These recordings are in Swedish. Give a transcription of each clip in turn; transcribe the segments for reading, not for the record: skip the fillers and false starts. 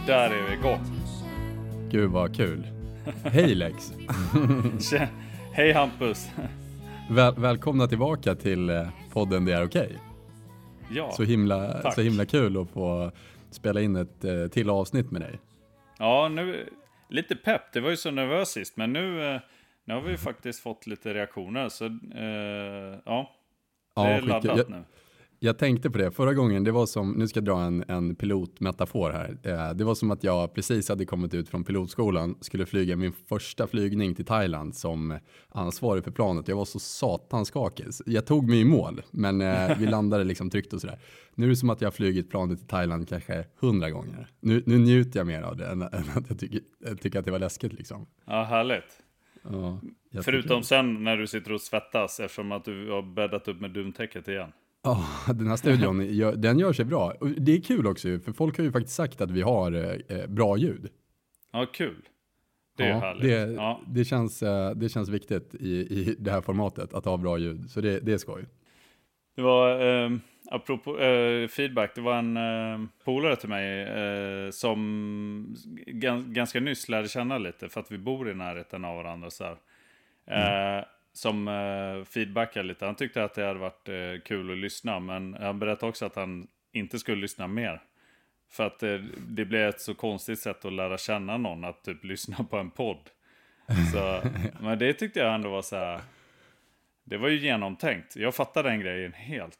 Där är vi igång. Gud vad kul. Hej Lex. Hej Hampus. Välkomna tillbaka till podden Det är okej. Ja, så himla kul att få spela in ett till avsnitt med dig. Ja, nu lite pepp. Det var ju så nervöst sist, men nu har vi faktiskt fått lite reaktioner. Så det är laddat nu. Jag tänkte på det förra gången, det var som, nu ska jag dra en pilotmetafor här. Det var som att jag precis hade kommit ut från pilotskolan, skulle flyga min första flygning till Thailand som ansvarig för planet. Jag var så satanskakig. Jag tog mig i mål, men vi landade liksom tryggt och sådär. Nu är det som att jag har flugit planet till Thailand kanske 100 gånger. Nu njuter jag mer av det än att jag tycker att det var läskigt liksom. Ja, härligt. Ja, förutom sen när du sitter och svettas eftersom att du har bäddat upp med dumtäcket igen. Ja, den här studion, den gör sig bra. Och det är kul också, för folk har ju faktiskt sagt att vi har bra ljud. Ja, kul. Det är härligt. Det känns viktigt i det här formatet att ha bra ljud. Så det är skoj. Det var, apropå feedback, det var en polare till mig som ganska nyss lärde känna lite för att vi bor i närheten av varandra så här. Som feedbackade lite. Han tyckte att det hade varit kul att lyssna, men han berättade också att han inte skulle lyssna mer. För att det blev ett så konstigt sätt att lära känna någon, att typ lyssna på en podd. Så, men det tyckte jag ändå var så här. Det var ju genomtänkt. Jag fattar den grejen helt.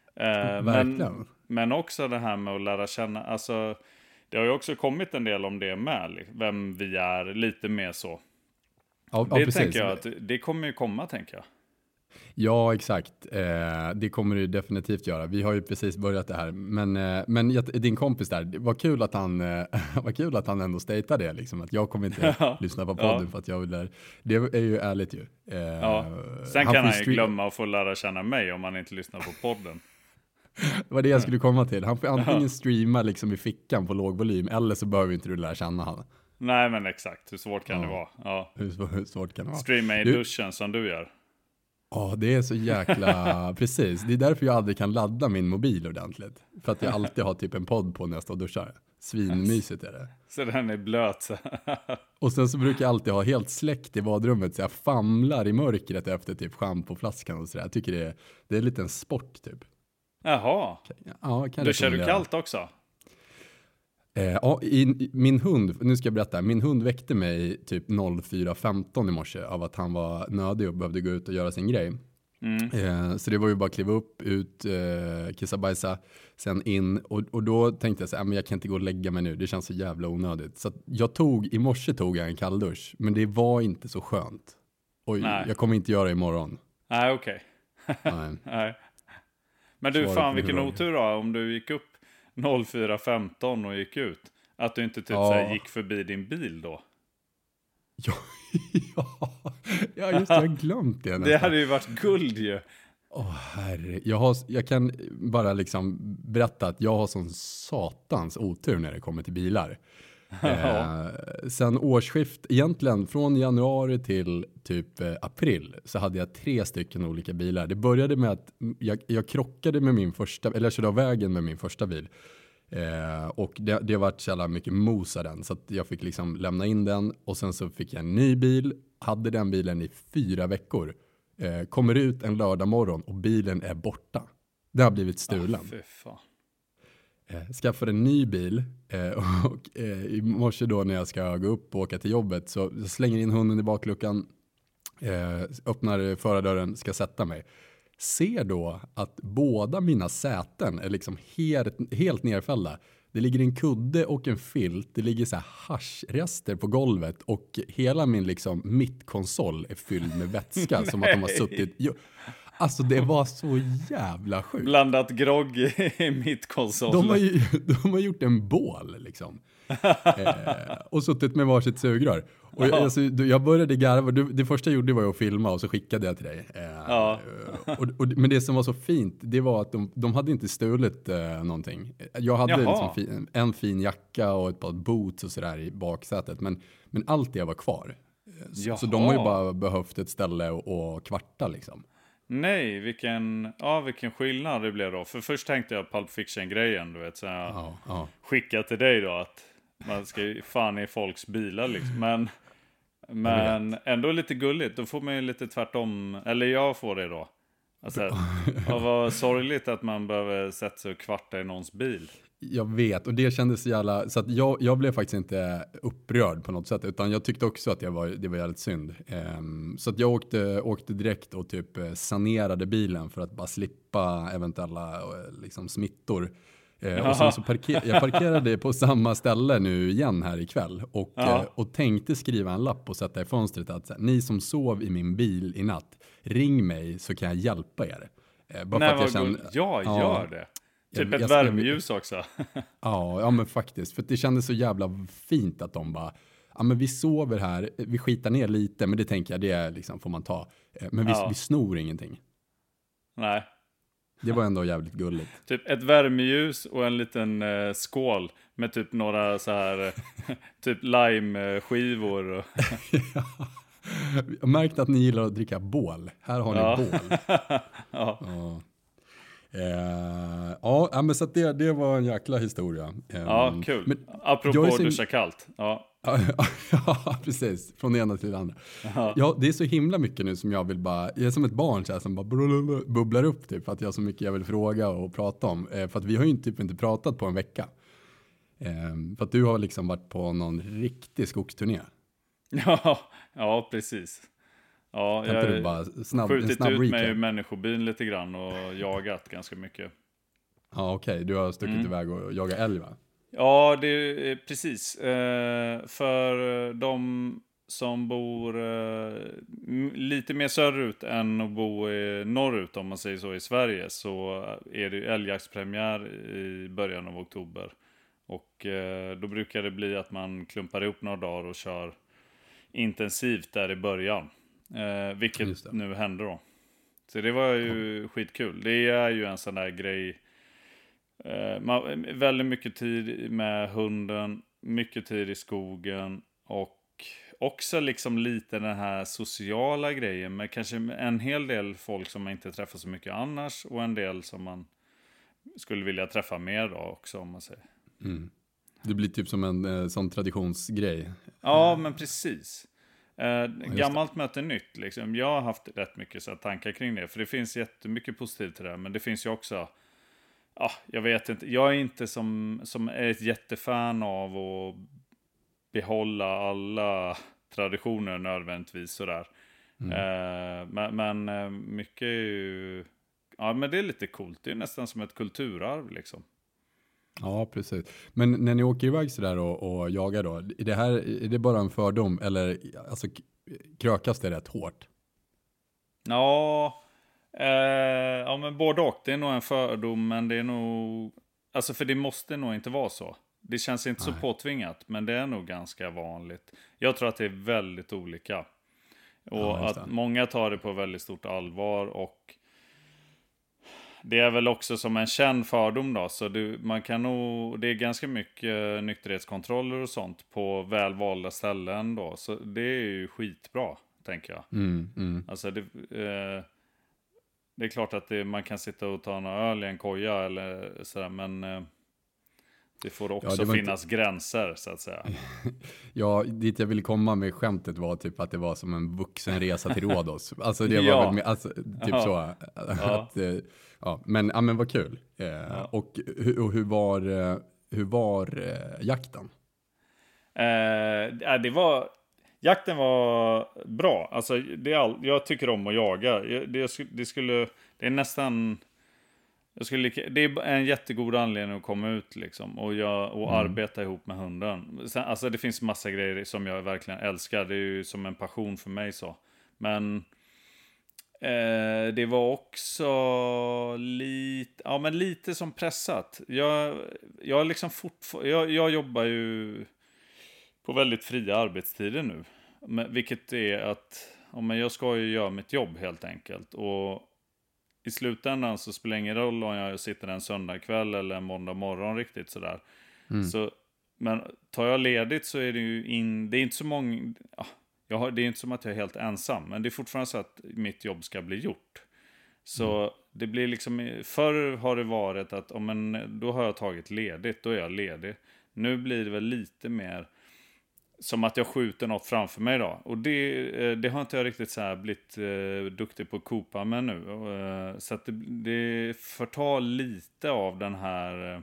Men också det här med att lära känna. Alltså, det har ju också kommit en del om det med. Vem vi är, lite mer så. Ja, det precis. Tänker jag att det kommer ju komma, tänker jag. Ja, exakt. Det kommer det ju definitivt göra. Vi har ju precis börjat det här. Men din kompis där, vad kul att han ändå statear det. Liksom, att jag kommer inte lyssna på podden för att jag vill lära. Det är ju ärligt ju. Sen kan han ju glömma att få lära känna mig om han inte lyssnar på podden. Det var det jag skulle komma till. Han får antingen streama liksom i fickan på låg volym, eller så behöver inte du lära känna han. Nej, men exakt. Hur svårt kan det vara? Ja. Hur svårt kan det vara? Streama i duschen som du gör. Ja, det är så jäkla... Precis. Det är därför jag aldrig kan ladda min mobil ordentligt. För att jag alltid har typ en podd på när jag står och duschar. Svinmysigt är det. Så den är blöt. Så. Och sen så brukar jag alltid ha helt släckt i badrummet. Så jag famlar i mörkret efter typ schampoflaskan och sådär. Jag tycker det är en liten sport typ. Jaha. Ja, duschar du kallt också? Ja, min hund, nu ska jag berätta, min hund väckte mig typ 04.15 i morse av att han var nödig och behövde gå ut och göra sin grej. Så det var ju bara att kliva upp, ut, kissa, bajsa, sen in. Och då tänkte jag så här, men jag kan inte gå och lägga mig nu, det känns så jävla onödigt. Så i morse tog jag en kalldusch, men det var inte så skönt. Och jag kommer inte göra det imorgon. Nej, okej. Nej. Men du, fan vilken otur då, om du gick upp 04.15 och gick ut. Att du inte typ så här gick förbi din bil då. Ja, just det, jag har glömt det. Det hade ju varit guld ju. Herre. Jag kan bara liksom berätta att jag har sån satans otur när det kommer till bilar. Sen årsskift, egentligen från januari till typ april, så hade jag 3 stycken olika bilar. Det började med att jag krockade med min första, eller jag körde av vägen med min första bil. Och det har varit så jävla mycket mos av den, så att jag fick liksom lämna in den. Och sen så fick jag en ny bil, hade den bilen i 4 veckor. Kommer ut en lördag morgon och bilen är borta. Det har blivit stulen. Fy fan. Skaffade en ny bil och i morse då när jag ska gå upp och åka till jobbet så slänger in hunden i bakluckan, öppnar förardörren, ska sätta mig. Ser då att båda mina säten är liksom helt nerfällda. Det ligger en kudde och en filt, det ligger så här haschrester på golvet och hela min liksom mittkonsol är fylld med vätska som att de har suttit... Alltså det var så jävla sjukt. Blandat grogg i mittkonsolen. De har gjort en bål liksom. Och suttit med varsitt sugrör. Och jag började garva. Det första jag gjorde var att filma och så skickade jag till dig. Men det som var så fint, det var att de hade inte stulit någonting. Jag hade liksom en fin jacka och ett par boots och sådär i baksätet. Men allt det var kvar. Så de har ju bara behövt ett ställe och kvarta liksom. Nej, vilken skillnad det blev då. För först tänkte jag Pulp Fiction-grejen, du vet. Så jag skickade till dig då att Man ska ju fan i folks bilar liksom. Men ändå lite gulligt. Då får man ju lite tvärtom. Eller jag får det då. Alltså, vad sorgligt att man behöver sätta sig och kvarta i någons bil. Jag vet, och det kändes så jävla... Så att jag blev faktiskt inte upprörd på något sätt, utan jag tyckte också att det var jävligt synd. Så att jag åkte direkt och typ sanerade bilen för att bara slippa eventuella liksom, smittor. Och sen så jag parkerade på samma ställe nu igen här ikväll och tänkte skriva en lapp och sätta i fönstret att ni som sov i min bil i natt, ring mig så kan jag hjälpa er. Bara Nej, för att jag känner, gör det. Typ ett värmeljus också. Ja, men faktiskt. För det kändes så jävla fint att de bara, ja men vi sover här, vi skitar ner lite, men det tänker jag, det liksom får man ta. Men vi snor ingenting. Nej. Det var ändå jävligt gulligt. Typ ett värmeljus och en liten skål med typ några så här typ lime-skivor. Jag märkte att ni gillar att dricka bål. Här har ni bål. Ja. Ja, men så att det var en jäkla historia. Ja, kul. Men apropå duscha kallt. Ja. Ja, precis. Från det ena till det andra. Ja, det är så himla mycket nu som jag vill bara... Jag är som ett barn så här, som bara bubblar upp typ. För att jag har så mycket jag vill fråga och prata om. För att vi har ju typ inte pratat på en vecka. För att du har liksom varit på någon riktig skogsturné. Ja, precis. Ja, kan inte du bara skjutit ut recap mig i människobin lite grann och jagat ganska mycket. Ja, okej. Du har stuckit iväg och jagat älg, va? Ja, det är precis. För de som bor lite mer söderut än att bo norrut, om man säger så, i Sverige, så är det älgjaktspremiär i början av oktober. Och då brukar det bli att man klumpar ihop några dagar och kör intensivt där i början. Vilket nu händer då. Så det var ju skitkul. Det är ju en sån där grej. Väldigt mycket tid med hunden. Mycket tid i skogen. Och också liksom lite den här sociala grejen. Med kanske en hel del folk som man inte träffar så mycket annars. Och en del som man skulle vilja träffa mer då också, om man säger. Mm. Det blir typ som en sån traditionsgrej. Ja, men precis. Gammalt möter nytt liksom. Jag har haft rätt mycket så tankar kring det. För det finns jättemycket positivt till det. Men det finns ju också... jag vet inte. Jag är inte som är ett jättefan av att behålla alla traditioner nödvändigtvis sådär. Men mycket är ju... Ja, men det är lite coolt. Det är nästan som ett kulturarv liksom. Ja, precis. Men när ni åker iväg sådär och jagar då, är det bara en fördom eller alltså, krökas det rätt hårt? Ja, men både och. Det är nog en fördom, men det är nog... Alltså, för det måste nog inte vara så. Det känns inte så påtvingat, men det är nog ganska vanligt. Jag tror att det är väldigt olika. Och att många tar det på väldigt stort allvar och... Det är väl också som en känd fördom då. Så man kan nog, det är ganska mycket nykterhetskontroller och sånt på välvalda ställen då. Så det är ju skitbra, tänker jag. Alltså det är klart att man kan sitta och ta några öl i en koja eller sådär. Men det får också finnas gränser, så att säga. Ja, dit jag ville komma med skämtet var typ att det var som en vuxen resa till Rhodos. Alltså det var väl med, alltså, typ så. Att, men vad kul. Och hur var jakten? Jakten var bra. Alltså jag tycker om att jaga. Det är nästan... det är en jättegod anledning att komma ut liksom, och arbeta ihop med hunden. Sen, alltså det finns massa grejer som jag verkligen älskar. Det är ju som en passion för mig så. Men det var också lite som pressat. Jag liksom jag jobbar ju på väldigt fria arbetstider nu. Vilket är att jag ska ju göra mitt jobb helt enkelt. Och i slutändan så spelar det ingen roll om jag sitter en söndagkväll eller en måndag morgon riktigt sådär. Så, men tar jag ledigt så är det ju det är inte så många... det är inte som att jag är helt ensam. Men det är fortfarande så att mitt jobb ska bli gjort. Så det blir liksom... Förr har det varit att då har jag tagit ledigt. Då är jag ledig. Nu blir det väl lite mer som att jag skjuter något framför mig då. Och det har inte jag riktigt så här blivit duktig på att kopa med nu. Så att det förtar lite av den här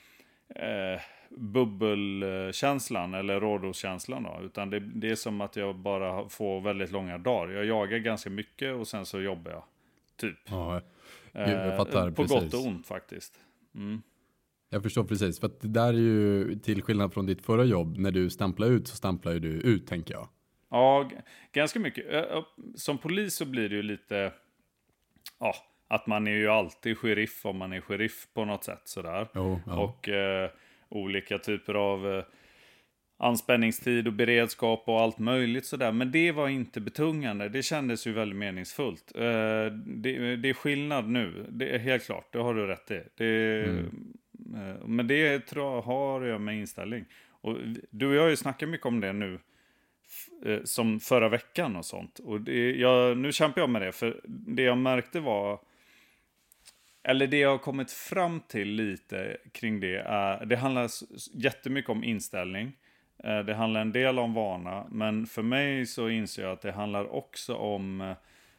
bubbelkänslan eller rådhuskänslan då. Utan det är som att jag bara får väldigt långa dagar. Jag jagar ganska mycket och sen så jobbar jag. Typ. Ja, jag fattar på precis. gott och ont faktiskt. Jag förstår precis, för att det där är ju till skillnad från ditt förra jobb. När du stämplar ut så stämplar ju du ut, tänker jag. Ja, ganska mycket. Som polis så blir det ju lite... Ja, att man är ju alltid sheriff om man är sheriff på något sätt sådär. Ja. Och olika typer av anspänningstid och beredskap och allt möjligt sådär. Men det var inte betungande. Det kändes ju väldigt meningsfullt. Det är skillnad nu. Det är helt klart, det har du rätt i. Men det tror jag har jag med inställning. Och du och jag har ju snackat mycket om det nu. Som förra veckan och sånt. Och nu kämpar jag med det. För det jag märkte var... Eller det jag har kommit fram till lite kring det är... Det handlar jättemycket om inställning. Det handlar en del om vana. Men för mig så inser jag att det handlar också om...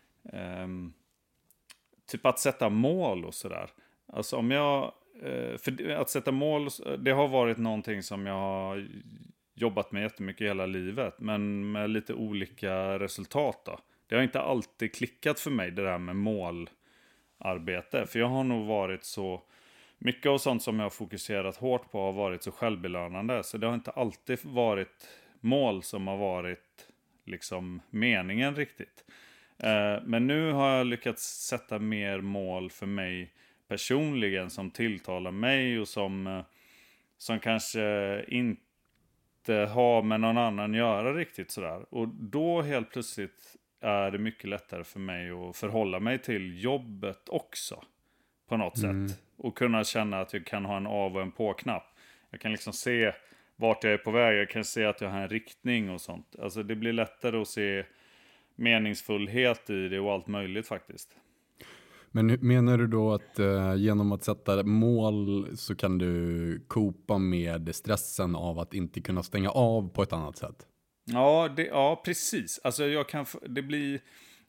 typ att sätta mål och sådär. Alltså om jag... För att sätta mål, det har varit någonting som jag har jobbat med jättemycket hela livet. Men med lite olika resultat då. Det har inte alltid klickat för mig det där med målarbete. För jag har nog varit så... Mycket av sånt som jag har fokuserat hårt på har varit så självbelönande. Så det har inte alltid varit mål som har varit liksom meningen riktigt. Men nu har jag lyckats sätta mer mål för mig personligen som tilltalar mig och som kanske inte har med någon annan göra riktigt sådär. Och då helt plötsligt är det mycket lättare för mig att förhålla mig till jobbet också på något sätt. Och kunna känna att jag kan ha en av- och en på-knapp. Jag kan liksom se vart jag är på väg. Jag kan se att jag har en riktning och sånt. Alltså det blir lättare att se meningsfullhet i det och allt möjligt faktiskt. Men menar du då att genom att sätta mål så kan du kopa med stressen av att inte kunna stänga av på ett annat sätt? Ja, precis. Alltså det blir...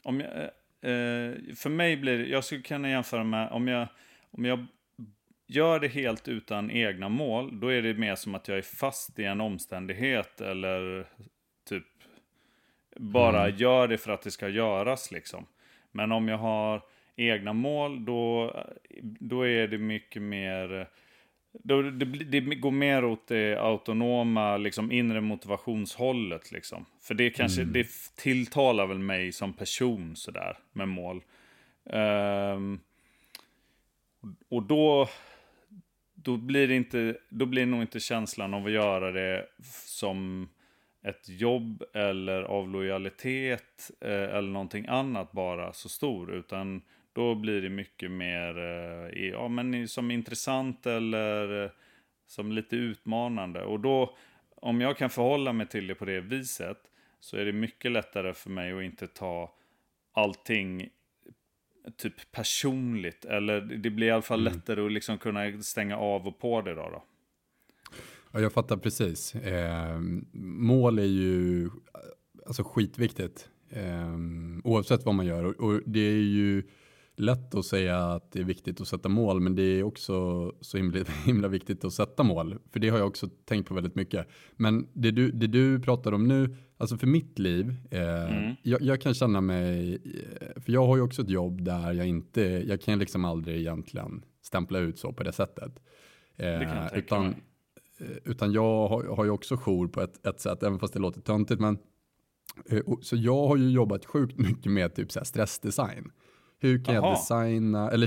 för mig blir det... Jag skulle kunna jämföra med... Om jag gör det helt utan egna mål, då är det mer som att jag är fast i en omständighet eller typ bara gör det för att det ska göras liksom. Men om jag har egna mål, då är det mycket mer... Det går mer åt det autonoma liksom, inre motivationshållet liksom. För det kanske det tilltalar väl mig som person sådär med mål. Och då blir nog inte känslan av att göra det som ett jobb eller av lojalitet eller någonting annat bara så stor, utan då blir det mycket mer som intressant eller som lite utmanande. Och då, om jag kan förhålla mig till det på det viset, så är det mycket lättare för mig att inte ta allting typ personligt. Eller det blir i alla fall lättare att liksom kunna stänga av och på det då. Ja, jag fattar precis. Mål är ju alltså skitviktigt. Oavsett vad man gör. Och det är ju lätt att säga att det är viktigt att sätta mål, men det är också så himla viktigt att sätta mål. För det har jag också tänkt på väldigt mycket. Men det du pratar om nu, alltså för mitt liv, jag kan känna mig, för jag har ju också ett jobb där jag kan liksom aldrig egentligen stämpla ut så på det sättet. Det kan jag tänka mig. Utan jag har ju också jour på ett sätt, även fast det låter töntigt. Men, så jag har ju jobbat sjukt mycket med typ så här stressdesign. Hur kan jag designa, eller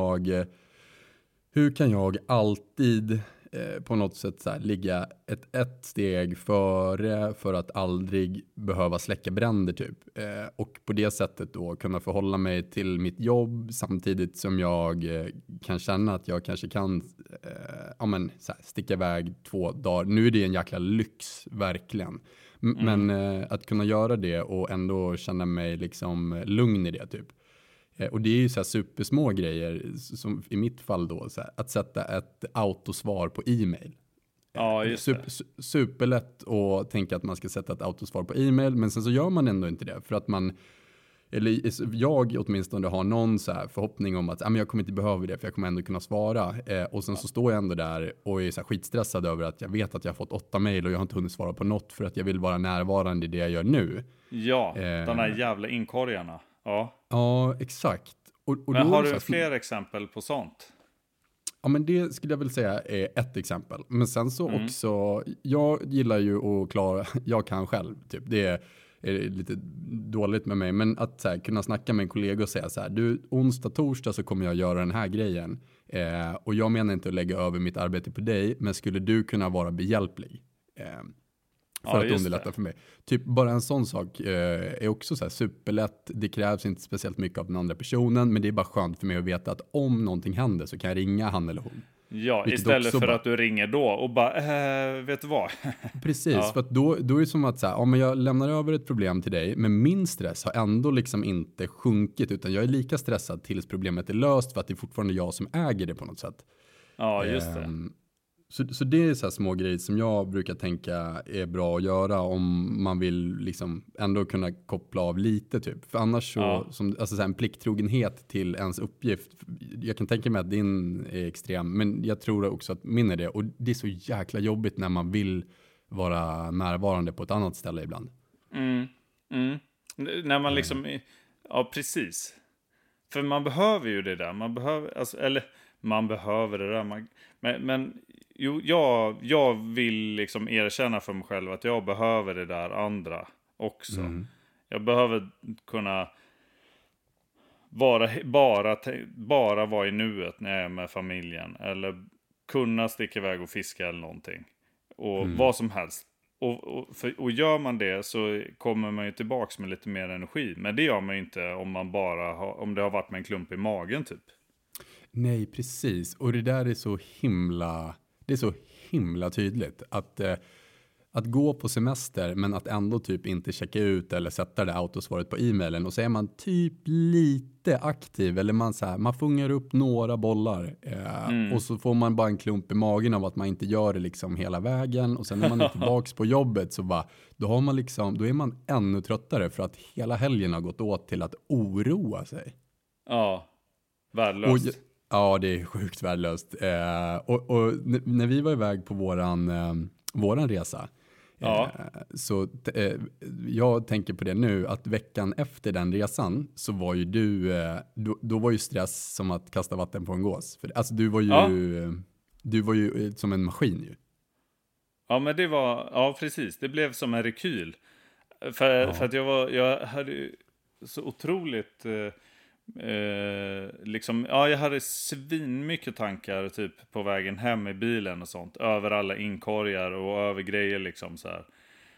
hur kan jag alltid på något sätt så här, ligga ett steg före för att aldrig behöva släcka bränder typ. Och på det sättet då kunna förhålla mig till mitt jobb samtidigt som jag kan känna att jag kanske kan så här, sticka iväg 2 dagar. Nu är det en jäkla lyx, verkligen. Men att kunna göra det och ändå känna mig liksom lugn i det typ. Och det är ju så här supersmå grejer, som i mitt fall då, så här, att sätta ett autosvar på e-mail. Ja, just det. Superlätt att tänka att man ska sätta ett autosvar på e-mail, men sen så gör man ändå inte det för att man, eller jag åtminstone har någon så här förhoppning om att jag kommer inte behöva det för jag kommer ändå kunna svara. Och sen så står jag ändå där och är så här skitstressad över att jag vet att jag har fått 8 mejl och jag har inte hunnit svara på något för att jag vill vara närvarande i det jag gör nu. Ja, de här jävla inkorgarna. Ja, exakt. Och men då har du fler exempel på sånt? Ja, men det skulle jag väl säga är ett exempel. Men sen så också, jag gillar ju att klara, jag kan själv typ, det är lite dåligt med mig. Men att så här, kunna snacka med en kollega och säga så här, du, onsdag, torsdag så kommer jag göra den här grejen. Och jag menar inte att lägga över mitt arbete på dig, men skulle du kunna vara behjälplig? För att underlätta för mig. Typ bara en sån sak är också så här superlätt. Det krävs inte speciellt mycket av den andra personen. Men det är bara skönt för mig att veta att om någonting händer så kan jag ringa han eller hon. Ja, istället för att du ringer då och bara, vet du vad? Precis, för att då är det som att så här, men jag lämnar över ett problem till dig. Men min stress har ändå liksom inte sjunkit. Utan jag är lika stressad tills problemet är löst. För att det är fortfarande jag som äger det på något sätt. Ja, just det. Så det är så här små grejer som jag brukar tänka är bra att göra om man vill liksom ändå kunna koppla av lite typ. För annars så, alltså så här, en plikttrogenhet till ens uppgift. Jag kan tänka mig att din är extrem, men jag tror också att min är det. Och det är så jäkla jobbigt när man vill vara närvarande på ett annat ställe ibland. När man liksom, ja precis. För man behöver ju det där. Man behöver, alltså, eller man behöver det där. Men jo, jag vill liksom erkänna för mig själv att jag behöver det där andra också. Jag behöver kunna bara vara i nuet när jag är med familjen. Eller kunna sticka iväg och fiska eller någonting. Och vad som helst. Och gör man det så kommer man ju tillbaks med lite mer energi. Men det gör man ju inte om man om det har varit med en klump i magen typ. Nej, precis. Och det där är så himla tydligt. Att gå på semester men att ändå typ inte checka ut eller sätta det autosvaret på e-mailen. Och så är man typ lite aktiv. Eller man fångar upp några bollar. Och så får man bara en klump i magen av att man inte gör det liksom hela vägen. Och sen när man är tillbaka på jobbet så då är man ännu tröttare för att hela helgen har gått åt till att oroa sig. Ja, värdelöst. Ja, det är sjukt värdelöst. Och när vi var iväg på våran resa så jag tänker på det nu att veckan efter den resan så var ju då var ju stress som att kasta vatten på en gås. För, alltså du var ju som en maskin ju. Ja, men det var, precis. Det blev som en rekyl. För att jag hade så otroligt... jag hade svinmycket tankar typ på vägen hem i bilen och sånt, över alla inkorgar och över grejer liksom så här.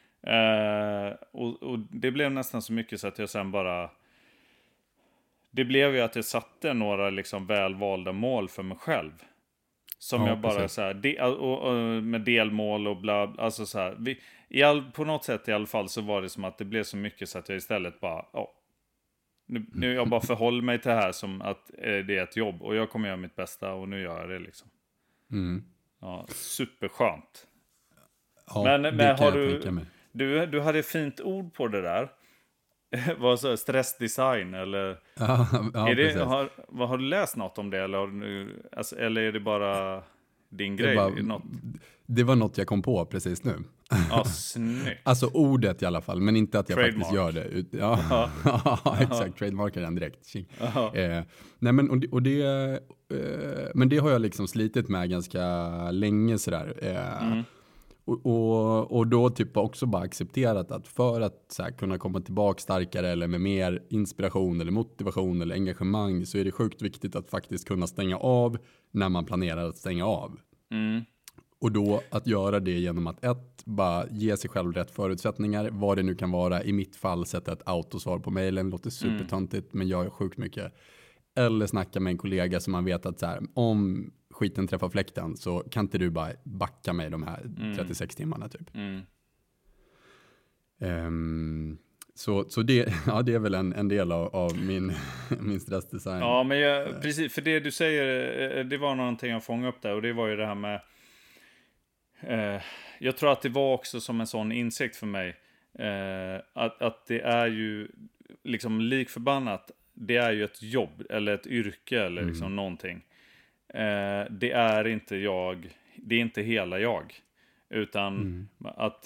Och det blev nästan så mycket så att jag sen bara, det blev ju att jag satte några liksom välvalda mål för mig själv som jag bara så här, med delmål och bla, alltså så här, på något sätt i alla fall så var det som att det blev så mycket så att jag istället bara nu jag bara förhåller mig till det här som att det är ett jobb. Och jag kommer göra mitt bästa och nu gör jag det liksom. Ja, superskönt. Ja, men har du hade fint ord på det där. Vad så stressdesign eller har du läst något om det eller är det bara din grej? Det var något jag kom på precis nu. Ja, snyggt. Alltså ordet i alla fall, men inte att jag trademark. Faktiskt gör det. Ja, exakt. Trademarkar den direkt. Nej, men men det har jag liksom slitit med ganska länge sådär. Och då typ också bara accepterat att för att så här, kunna komma tillbaka starkare eller med mer inspiration eller motivation eller engagemang så är det sjukt viktigt att faktiskt kunna stänga av när man planerar att stänga av. Och då att göra det genom att bara ge sig själv rätt förutsättningar, vad det nu kan vara. I mitt fall sätta ett autosvar på mejlen, låter supertöntigt men jag är sjukt mycket. Eller snacka med en kollega som man vet att så här, om skiten träffar fläkten så kan inte du bara backa mig de här 36 timmarna typ. Så det är väl en del av min stressdesign. Ja, men precis, för det du säger, det var någonting jag fångade upp där och det var ju det här med Jag tror att det var också som en sån insikt för mig. Att det är ju liksom likförbannat. Det är ju ett jobb eller ett yrke eller liksom någonting. Det är inte jag. Det är inte hela jag. Utan att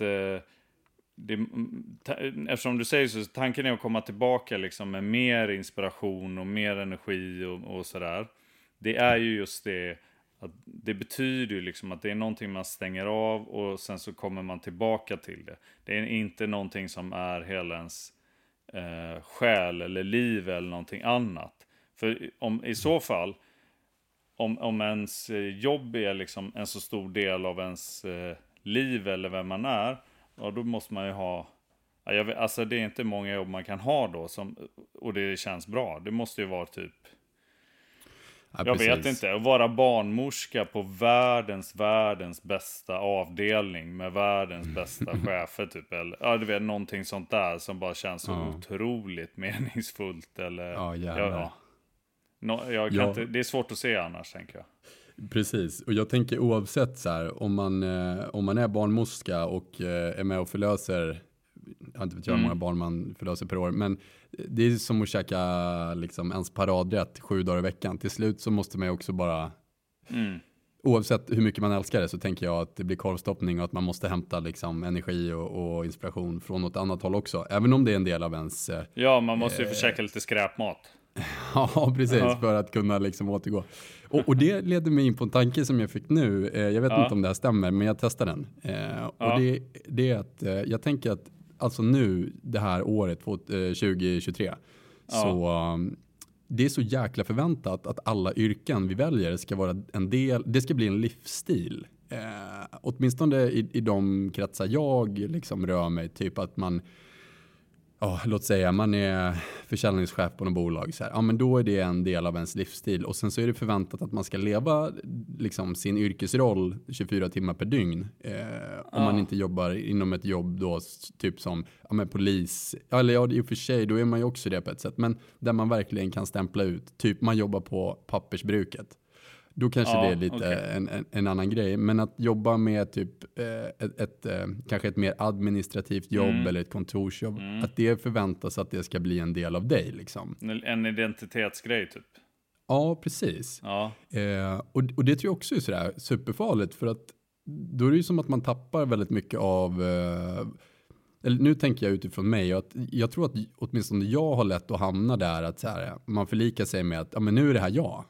eftersom du säger så, tanken är att komma tillbaka liksom med mer inspiration och mer energi och sådär. Det är ju just det. Att det betyder ju liksom att det är någonting man stänger av och sen så kommer man tillbaka till det. Det är inte någonting som är hela ens själ eller liv eller någonting annat. För i så fall, om ens jobb är liksom en så stor del av ens liv eller vem man är, ja, då måste man ju ha, alltså det är inte många jobb man kan ha då och det känns bra. Det måste ju vara typ, jag vet inte, att vara barnmorska på världens bästa avdelning med världens bästa chefer typ, eller ja, du vet, någonting sånt där som bara känns så otroligt meningsfullt eller inte, det är svårt att se annars, tänker jag. Precis, och jag tänker oavsett så här, om man är barnmorska och är med och förlöser, jag har inte vet hur många barn man förlöser per år, men det är som att käka liksom ens paradrätt 7 dagar i veckan. Till slut så måste man ju också bara, oavsett hur mycket man älskar det, så tänker jag att det blir korvstoppning och att man måste hämta liksom energi och inspiration från något annat håll också. Även om det är en del av ens... Ja, man måste ju försöka lite skräpmat. Ja, precis, för att kunna liksom återgå. Och det leder mig in på en tanke som jag fick nu. Jag vet inte om det här stämmer, men jag testar den. Och det är att jag tänker att alltså nu, det här året 2023, så det är så jäkla förväntat att alla yrken vi väljer ska vara en del, det ska bli en livsstil. Åtminstone i de kretsar jag liksom rör mig, typ att man, låt säga man är försäljningschef på något bolag så här. Ja, men då är det en del av ens livsstil, och sen så är det förväntat att man ska leva liksom sin yrkesroll 24 timmar per dygn. Om man inte jobbar inom ett jobb då typ som polis, eller i och för sig då är man ju också det på ett sätt, men där man verkligen kan stämpla ut, typ man jobbar på pappersbruket. Då kanske det är lite en annan grej. Men att jobba med typ kanske ett mer administrativt jobb eller ett kontorsjobb. Att det förväntas att det ska bli en del av dig liksom. En identitetsgrej typ. Ja, precis. Ja. Och det tror jag också är sådär superfarligt. För att då är det ju som att man tappar väldigt mycket av... eller nu tänker jag utifrån mig. Att jag tror att åtminstone jag har lätt att hamna där. Att så här, man förlikar sig med att men nu är det här jag.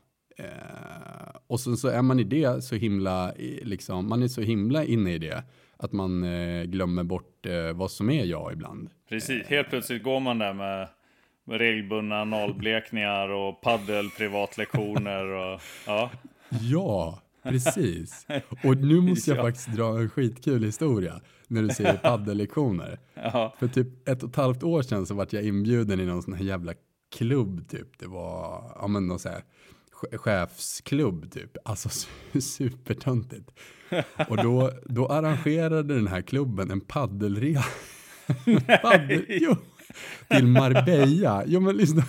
Och sen så är man i det så himla liksom, man är så himla inne i det att man glömmer bort vad som är jag ibland. Precis, helt plötsligt går man där med regelbundna nollblekningar och paddel privatlektioner och Ja, precis. Och nu måste jag faktiskt dra en skitkul historia när du säger paddellektioner. För typ 1,5 år sedan så vart jag inbjuden i någon sån här jävla klubb typ. Det var någon så här chefsklubb typ. Alltså supertöntigt. Och då arrangerade den här klubben en paddelresa. Till Marbella. Jo, men lyssna.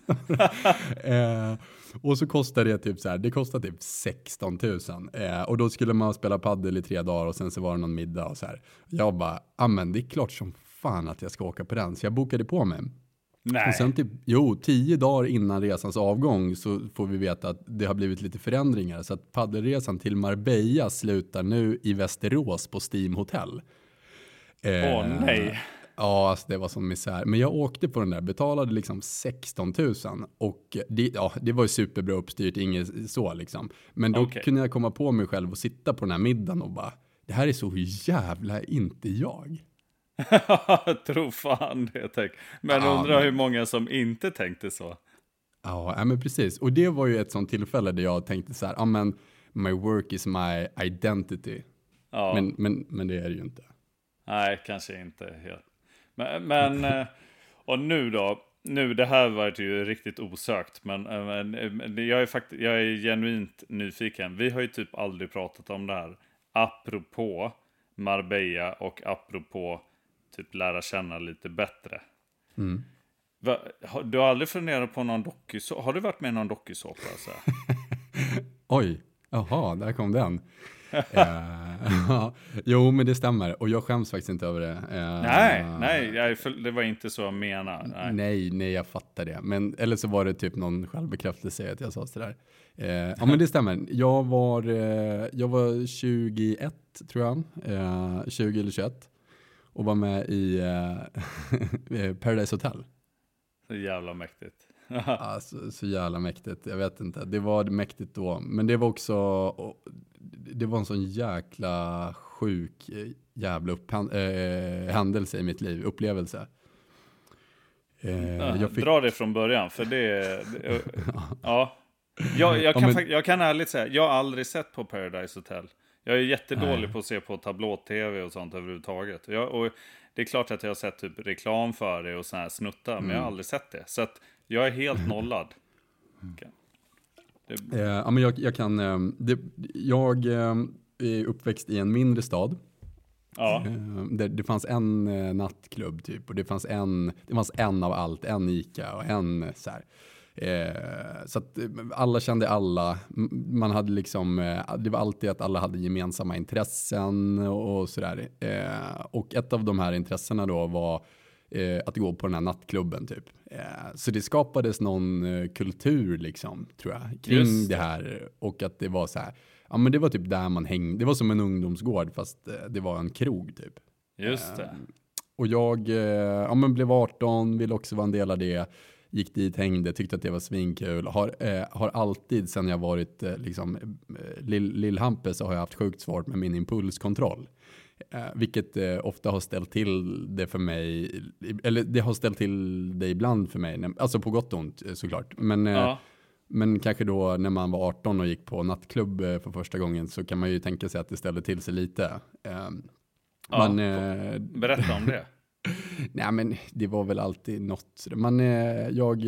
Och så kostar det typ så här, det kostar typ 16 000. Och då skulle man spela paddel i 3 dagar och sen så var det någon middag och så här. Jag bara, men det är klart som fan att jag ska åka på den. Så jag bokade på mig. Nej. Och sen typ, 10 dagar innan resans avgång så får vi veta att det har blivit lite förändringar. Så att paddelresan till Marbella slutar nu i Västerås på Steam Hotel. Nej. Ja, alltså det var sån misär. Men jag åkte på den där, betalade liksom 16 000. Och det var ju superbra uppstyrt, inget så liksom. Men då kunde jag komma på mig själv och sitta på den här middagen och bara, det här är så jävla inte jag. Tro fan det, tänk. Men undrar hur många som inte tänkte så. Ja, men precis. Och det var ju ett sånt tillfälle där jag tänkte så här, men my work is my identity. Ja. Men det är det ju inte. Nej, kanske inte helt. Men och nu då? Nu, det här var ju riktigt osökt. Men jag är genuint nyfiken. Vi har ju typ aldrig pratat om det här. Apropå Marbella och apropå typ lära känna lite bättre. Du har aldrig funderat på någon dokusåpa? Har du varit med i någon dokusåpa? Alltså? Oj, jaha, där kom den. Jo, men det stämmer. Och jag skäms faktiskt inte över det. Nej, det var inte så jag menar. Nej, jag fattar det. Men, eller så var det typ någon självbekräftelse att jag sa sådär. Ja, men det stämmer. Jag var 21, tror jag. 20 eller 21. Och var med i Paradise Hotel. Så jävla mäktigt. Alltså, så jävla mäktigt. Jag vet inte. Det var mäktigt då. Men det var också... Det var en sån jäkla sjuk jävla händelse i mitt liv. Upplevelse. Dra det från början. För det ja. Jag kan ärligt säga, jag har aldrig sett på Paradise Hotel. Jag är jättedålig på att se på tablå-tv och sånt överhuvudtaget. Och det är klart att jag har sett typ reklam för det och såna här snuttar, men jag har aldrig sett det. Så att jag är helt nollad. Okay. Ja, men jag kan... Jag är uppväxt i en mindre stad. Ja. Det fanns en nattklubb typ. Och det fanns en av allt. En Ica och en så här. Så att alla kände alla. Man hade liksom, det var alltid att alla hade gemensamma intressen och sådär. Och ett av de här intressena då var att gå på den här nattklubben typ. Så det skapades någon kultur liksom, tror jag, kring det här. Och att det var så här, ja men det var typ där man hängde. Det var som en ungdomsgård fast det var en krog typ. Just det. Och jag men blev 18, ville också vara en del av det. Gick dit, hängde, tyckte att det var svinkul. Har alltid sen jag varit liksom lill-Hampus så har jag haft sjukt svårt med min impulskontroll. Vilket ofta har ställt till det för mig. Eller det har ställt till det ibland för mig. Alltså på gott och ont såklart. Men kanske då när man var 18 och gick på nattklubb för första gången så kan man ju tänka sig att det ställde till sig lite. Berätta om det. Nej, men det var väl alltid något. Jag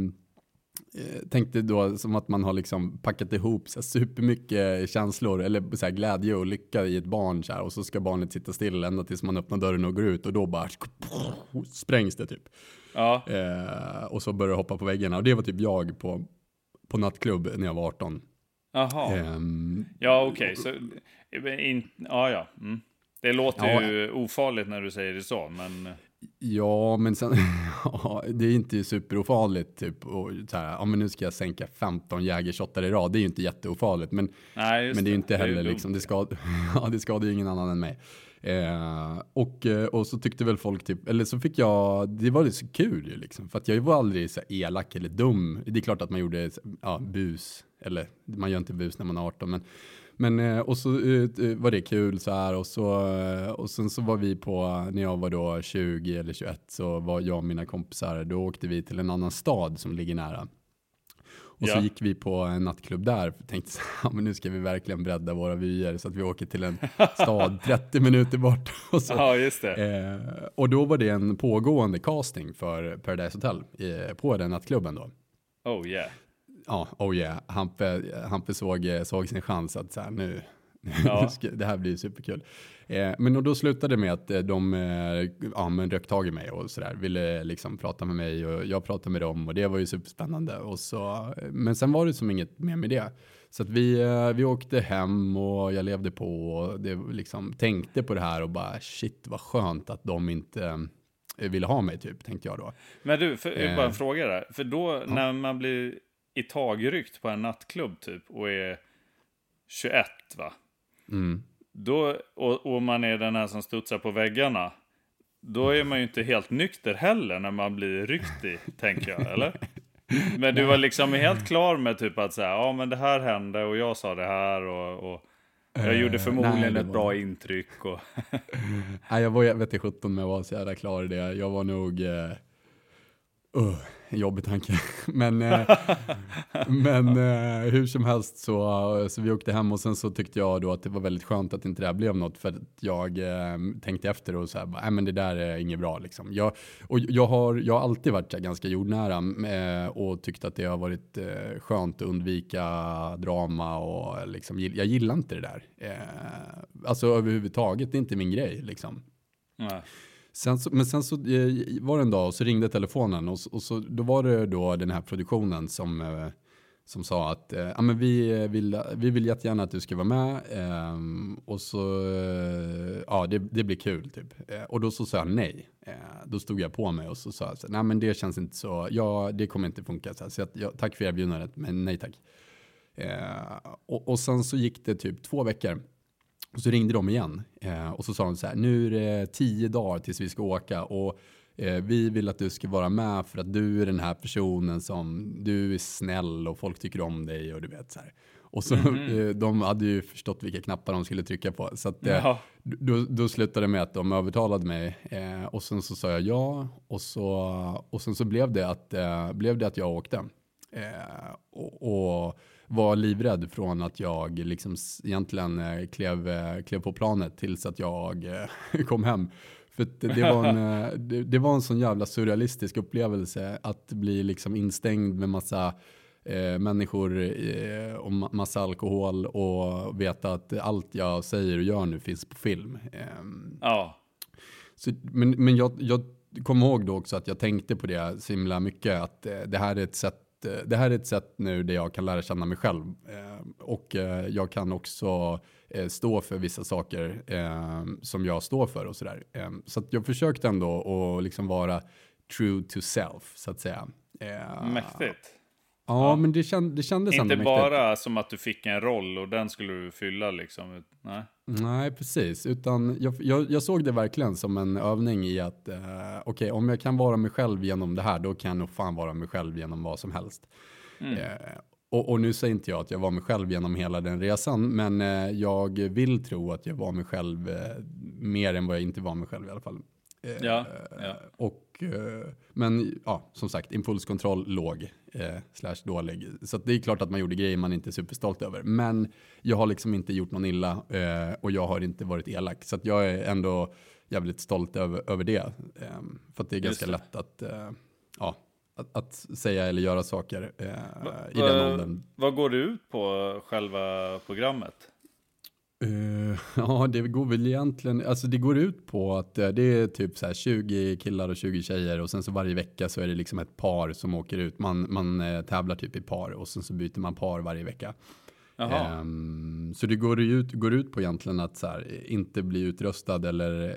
tänkte då som att man har liksom packat ihop så här supermycket känslor eller så här glädje och lycka i ett barn så här, och så ska barnet sitta still ända tills man öppnar dörren och går ut och då bara sprängs det typ. Ja. Och så börjar hoppa på väggarna och det var typ jag på nattklubb när jag var 18. Jaha. Ja, okej. Så ja. Mm. Det låter ju ofarligt när du säger det så, men... Ja, men sen... det är inte superofarligt, typ. Och så här, men nu ska jag sänka 15 jägershottar i rad. Det är ju inte jätteofarligt, men det är ju inte heller liksom... Det skadar ju ingen annan än mig. Och så tyckte väl folk typ... Eller så fick jag... Det var så kul ju liksom. För att jag var aldrig så elak eller dum. Det är klart att man gjorde bus. Eller man gör inte bus när man är 18, men och så var det kul så här och sen så var vi på, när jag var då 20 eller 21 så var jag och mina kompisar, då åkte vi till en annan stad som ligger nära. Och så gick vi på en nattklubb där och tänkte så, men nu ska vi verkligen bredda våra vyer så att vi åker till en stad 30 minuter bort. Och så. Ja, just det. Och då var det en pågående casting för Paradise Hotel på den nattklubben då. Oh yeah. Ja, Hampe såg sin chans att så här, nu det här blir superkul. Men och då slutade det med att de rök tag i mig och sådär, ville liksom prata med mig och jag pratade med dem och det var ju superspännande. Och så, men sen var det som inget mer med det. Så att vi åkte hem och jag levde på och det liksom, tänkte på det här och bara shit vad skönt att de inte ville ha mig typ, tänkte jag då. Men du, bara en fråga där. För då när man blir i tagrykt på en nattklubb typ och är 21 va? Mm. Då, och man är den här som studsar på väggarna, då är man ju inte helt nykter heller när man blir ryckt i, tänker jag, eller? Men du var liksom helt klar med typ att säga, ja men det här hände och jag sa det här och jag gjorde förmodligen ett bra intryck. Och nej, jag vet inte 17 men jag var så jävla klar i det. Jag var nog... en jobbig tanke. men hur som helst så vi åkte hem och sen så tyckte jag då att det var väldigt skönt att inte det här blev något för att jag tänkte efter och så här, nej men det där är inget bra liksom. Jag har alltid varit ganska jordnära och tyckt att det har varit skönt att undvika drama och liksom, jag gillar inte det där. Alltså överhuvudtaget, det är inte min grej liksom. Nej. Men sen så var det en dag och så ringde telefonen och så, då var det då den här produktionen som som sa att ja, men vi vill jättegärna att du ska vara med och så ja, det blir kul typ. Och då så sa jag nej. Då stod jag på mig och så sa jag så, nej men det känns inte så, ja det kommer inte funka så tack för erbjudandet men nej tack. Och sen så gick det typ 2 veckor och så ringde de igen och så sa de så här, nu är det 10 dagar tills vi ska åka och vi vill att du ska vara med för att du är den här personen som, du är snäll och folk tycker om dig och du vet så här. Och så de hade ju förstått vilka knappar de skulle trycka på. Så att, då slutade det med att de övertalade mig. Och sen så sa jag ja. Och sen så blev det att jag åkte. Och var livrädd från att jag liksom egentligen klev på planet tills att jag kom hem. För det var en sån jävla surrealistisk upplevelse att bli liksom instängd med massa människor och massa alkohol och veta att allt jag säger och gör nu finns på film. Så, men jag kommer ihåg då också att jag tänkte på det så himla mycket att det här är ett sätt nu där jag kan lära känna mig själv och jag kan också stå för vissa saker som jag står för och sådär. Så att jag försökte ändå att liksom vara true to self så att säga. Mäktigt. Ja, men det kändes ändå mäktigt. Inte bara som att du fick en roll och den skulle du fylla liksom. Nej, precis. Utan jag såg det verkligen som en övning i att okej, om jag kan vara mig själv genom det här, då kan jag nog fan vara mig själv genom vad som helst. Och nu säger inte jag att jag var mig själv genom hela den resan, men jag vill tro att jag var mig själv mer än vad jag inte var mig själv i alla fall. Men ja, som sagt, impulskontroll låg / dålig. Så att det är klart att man gjorde grejer man inte är superstolt över. Men jag har liksom inte gjort någon illa och jag har inte varit elak. Så att jag är ändå jävligt stolt över det. För att det är ganska lätt att säga eller göra saker i den åldern. Vad går det ut på själva programmet? Ja, det går väl egentligen, alltså det går ut på att det är typ så här 20 killar och 20 tjejer och sen så varje vecka så är det liksom ett par som åker ut. Man tävlar typ i par och sen så byter man par varje vecka. Så det går ut på egentligen att så här, inte bli utröstad eller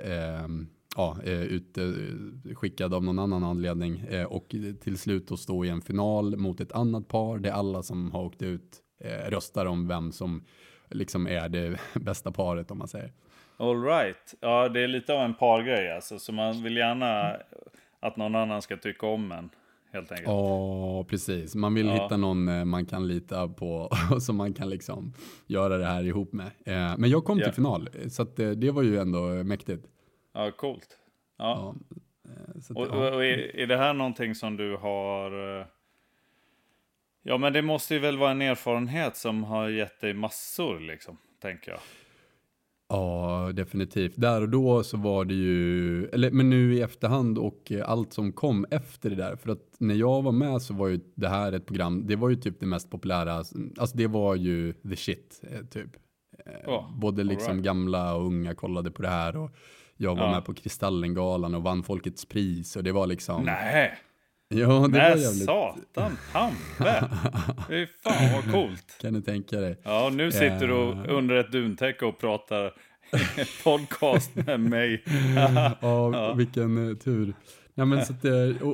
skickad av någon annan anledning och till slut att stå i en final mot ett annat par där alla som har åkt ut röstar om vem som liksom är det bästa paret om man säger. All right. Ja, det är lite av en pargrej alltså. Så man vill gärna att någon annan ska tycka om en, helt enkelt. Ja, precis. Man vill hitta någon man kan lita på och som man kan liksom göra det här ihop med. Men jag kom till final, så att, det var ju ändå mäktigt. Ja, coolt. Ja. Så att, och är det här någonting som du har... Ja, men det måste ju väl vara en erfarenhet som har gett dig massor, liksom, tänker jag. Ja, definitivt. Där och då så var det ju, men nu i efterhand och allt som kom efter det där. För att när jag var med så var ju det här ett program, det var ju typ det mest populära, alltså det var ju the shit, typ. Både liksom gamla och unga kollade på det här och jag var med på Kristallengalan och vann Folkets pris och det var liksom... Nej! Ja, det var jävligt... satan, Hampe! Fy fan vad coolt. Kan du tänka dig? Ja, nu sitter du under ett duntäcke och pratar podcast med mig. Ja, vilken tur. Ja, men så att,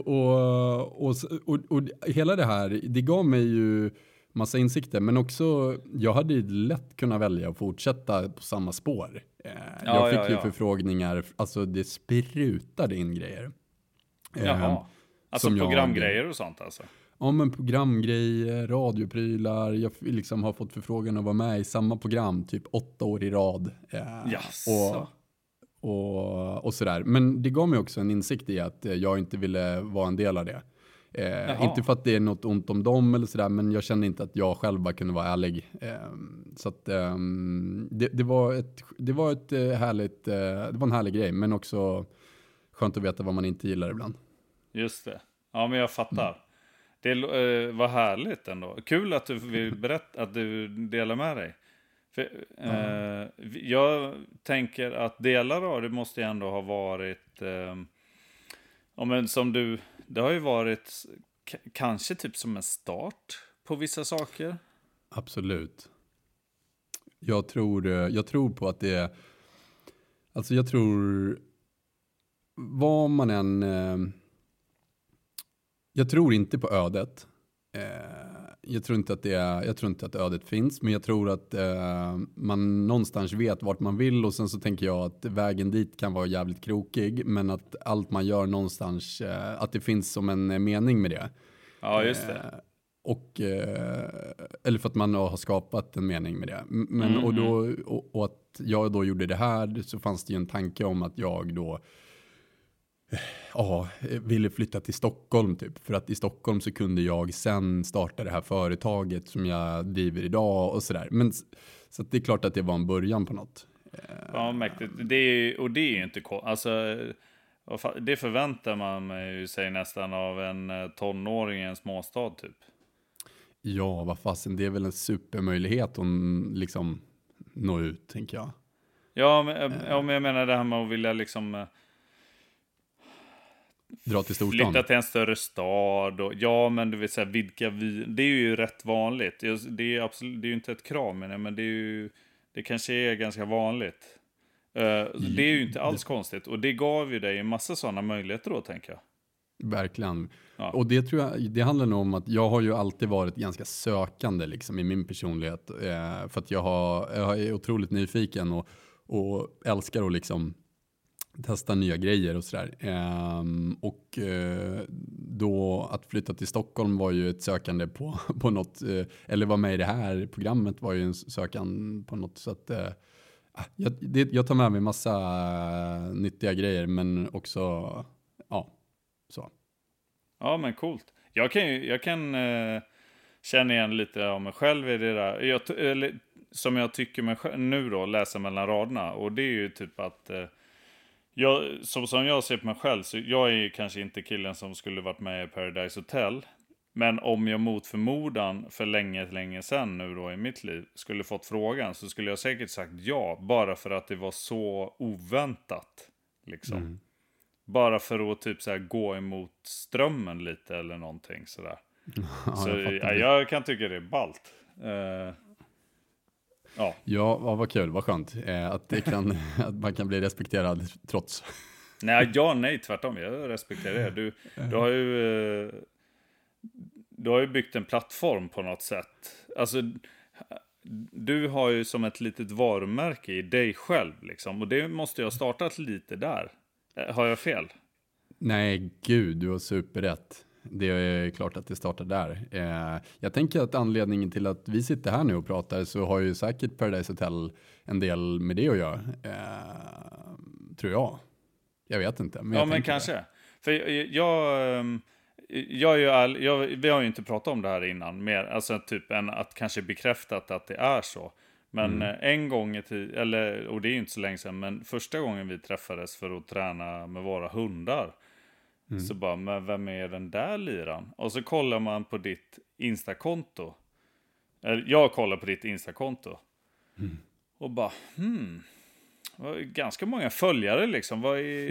och hela det här, det gav mig ju massa insikter, men också, jag hade ju lätt kunnat välja att fortsätta på samma spår. Jag fick ju förfrågningar, alltså det sprutade in grejer. Jaha. Alltså programgrejer och sånt alltså? Ja, men programgrejer, radioprylar. Jag liksom har fått förfrågan att vara med i samma program typ 8 år i rad. Och sådär. Men det gav mig också en insikt i att jag inte ville vara en del av det. Inte för att det är något ont om dem eller sådär, men jag kände inte att jag själv bara kunde vara ärlig. Så att det var en härlig grej, men också skönt att veta vad man inte gillar ibland. Just det. Ja, men jag fattar. Det var härligt ändå. Kul att du vill berätta, att du delar med dig. För, jag tänker att delar av det måste ändå ha varit... men som du... Det har ju varit kanske typ som en start på vissa saker? Absolut. Jag tror på att det är... Alltså jag tror... Vad man än... Jag tror inte på ödet. Jag tror inte att ödet finns, men jag tror att man någonstans vet vart man vill, och sen så tänker jag att vägen dit kan vara jävligt krokig, men att allt man gör någonstans, att det finns som en mening med det. Ja, just det. Eller för att man har skapat en mening med det. Men, och att jag då gjorde det här, så fanns det ju en tanke om att jag då ville flytta till Stockholm typ. För att i Stockholm så kunde jag sen starta det här företaget som jag driver idag och sådär. Men så att det är klart att det var en början på något. Ja, mäktigt. Det är ju inte... Alltså, det förväntar man ju sig nästan av en tonåring i en småstad typ. Ja, vad fasen, det är väl en supermöjlighet att liksom nå ut, tänker jag. Ja, men jag menar det här med att vilja liksom... dra till storstan. Flytta till en större stad. Och, ja, men du vet så här, det är ju rätt vanligt. Det är absolut, det är ju inte ett krav, men det kanske är ganska vanligt. Det är ju inte alls konstigt. Och det gav ju dig en massa sådana möjligheter då, tänker jag. Verkligen. Ja. Och det tror jag, det handlar nog om att jag har ju alltid varit ganska sökande liksom i min personlighet. För att jag är otroligt nyfiken och älskar att liksom testa nya grejer och sådär. Då att flytta till Stockholm var ju ett sökande på något, eller vara med i det här programmet var ju en sökan på något. Så att jag tar med mig massa nyttiga grejer, men också, ja, så. Ja, men coolt. Jag kan känna igen lite av mig själv i det där. Som jag tycker mig nu då, läsa mellan raderna. Och det är ju typ att... som jag ser på mig själv, så jag är ju kanske inte killen som skulle varit med i Paradise Hotel. Men om jag mot förmodan för länge sedan nu då i mitt liv skulle fått frågan, så skulle jag säkert sagt ja. Bara för att det var så oväntat. Liksom. Bara för att typ så här gå emot strömmen lite eller någonting sådär. Ja, så jag kan tycka det är ballt. Ja, vad kul, vad skönt. Att man kan bli respekterad trots. Nej, tvärtom. Jag respekterar det. Du har ju byggt en plattform på något sätt. Alltså, du har ju som ett litet varumärke i dig själv liksom. Och det måste ju ha startat lite där. Har jag fel? Nej, gud, du har superrätt. Det är klart att det startar där. Jag tänker att anledningen till att vi sitter här nu och pratar, så har ju säkert Paradise Hotel en del med det att göra. Tror jag. Jag vet inte. Men kanske. Det. För vi har ju inte pratat om det här innan. Mer, alltså typ än att kanske bekräftat att det är så. Men en gång och det är ju inte så länge sedan, men första gången vi träffades för att träna med våra hundar. Så bara, men vem är den där liran? Och så kollar man på ditt Instakonto. Jag kollar på ditt Instakonto. Och bara, ganska många följare liksom.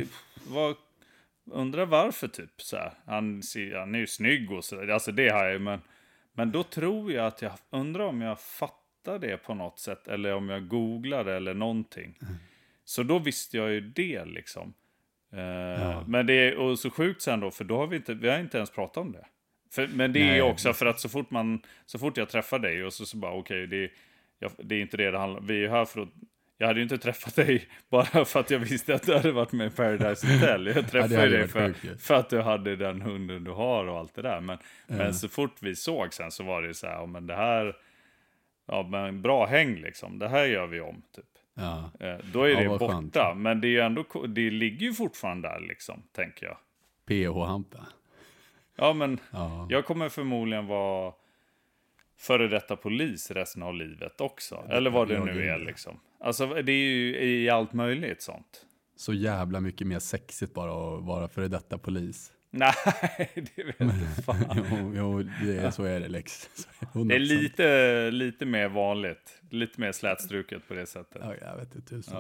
Undrar varför typ så här. Han är ju snygg och så. Alltså det har jag, men då tror jag att jag undrar om jag fattar det på något sätt. Eller om jag googlar eller någonting. Så då visste jag ju det liksom. Men det är så sjukt sen då, för då har vi har inte ens pratat om det. Men det är ju också för att så fort jag träffar dig och så bara okej, det är inte det handlar om. Vi är ju här för att jag hade ju inte träffat dig bara för att jag visste att du hade varit med i Paradise Hotel. Jag träffade dig för att du hade den hunden du har och allt det där. Men så fort vi såg sen så var det så här, men det här, men bra häng liksom. Det här gör vi om typ. Ja. Då är det borta. Skönt. Men det är ändå, det ligger ju fortfarande där liksom, tänker jag. PH-Hampa. Ja, men jag kommer förmodligen vara före detta polis resten av livet också. Eller vad det nu är liksom. Alltså det är ju i allt möjligt sånt. Så jävla mycket mer sexigt bara att vara före detta polis. Nej, det vet inte fan. jo, så är det Lex. 100%. Det är lite mer vanligt. Lite mer slätstruket på det sättet. Ja, jag vet inte tusan.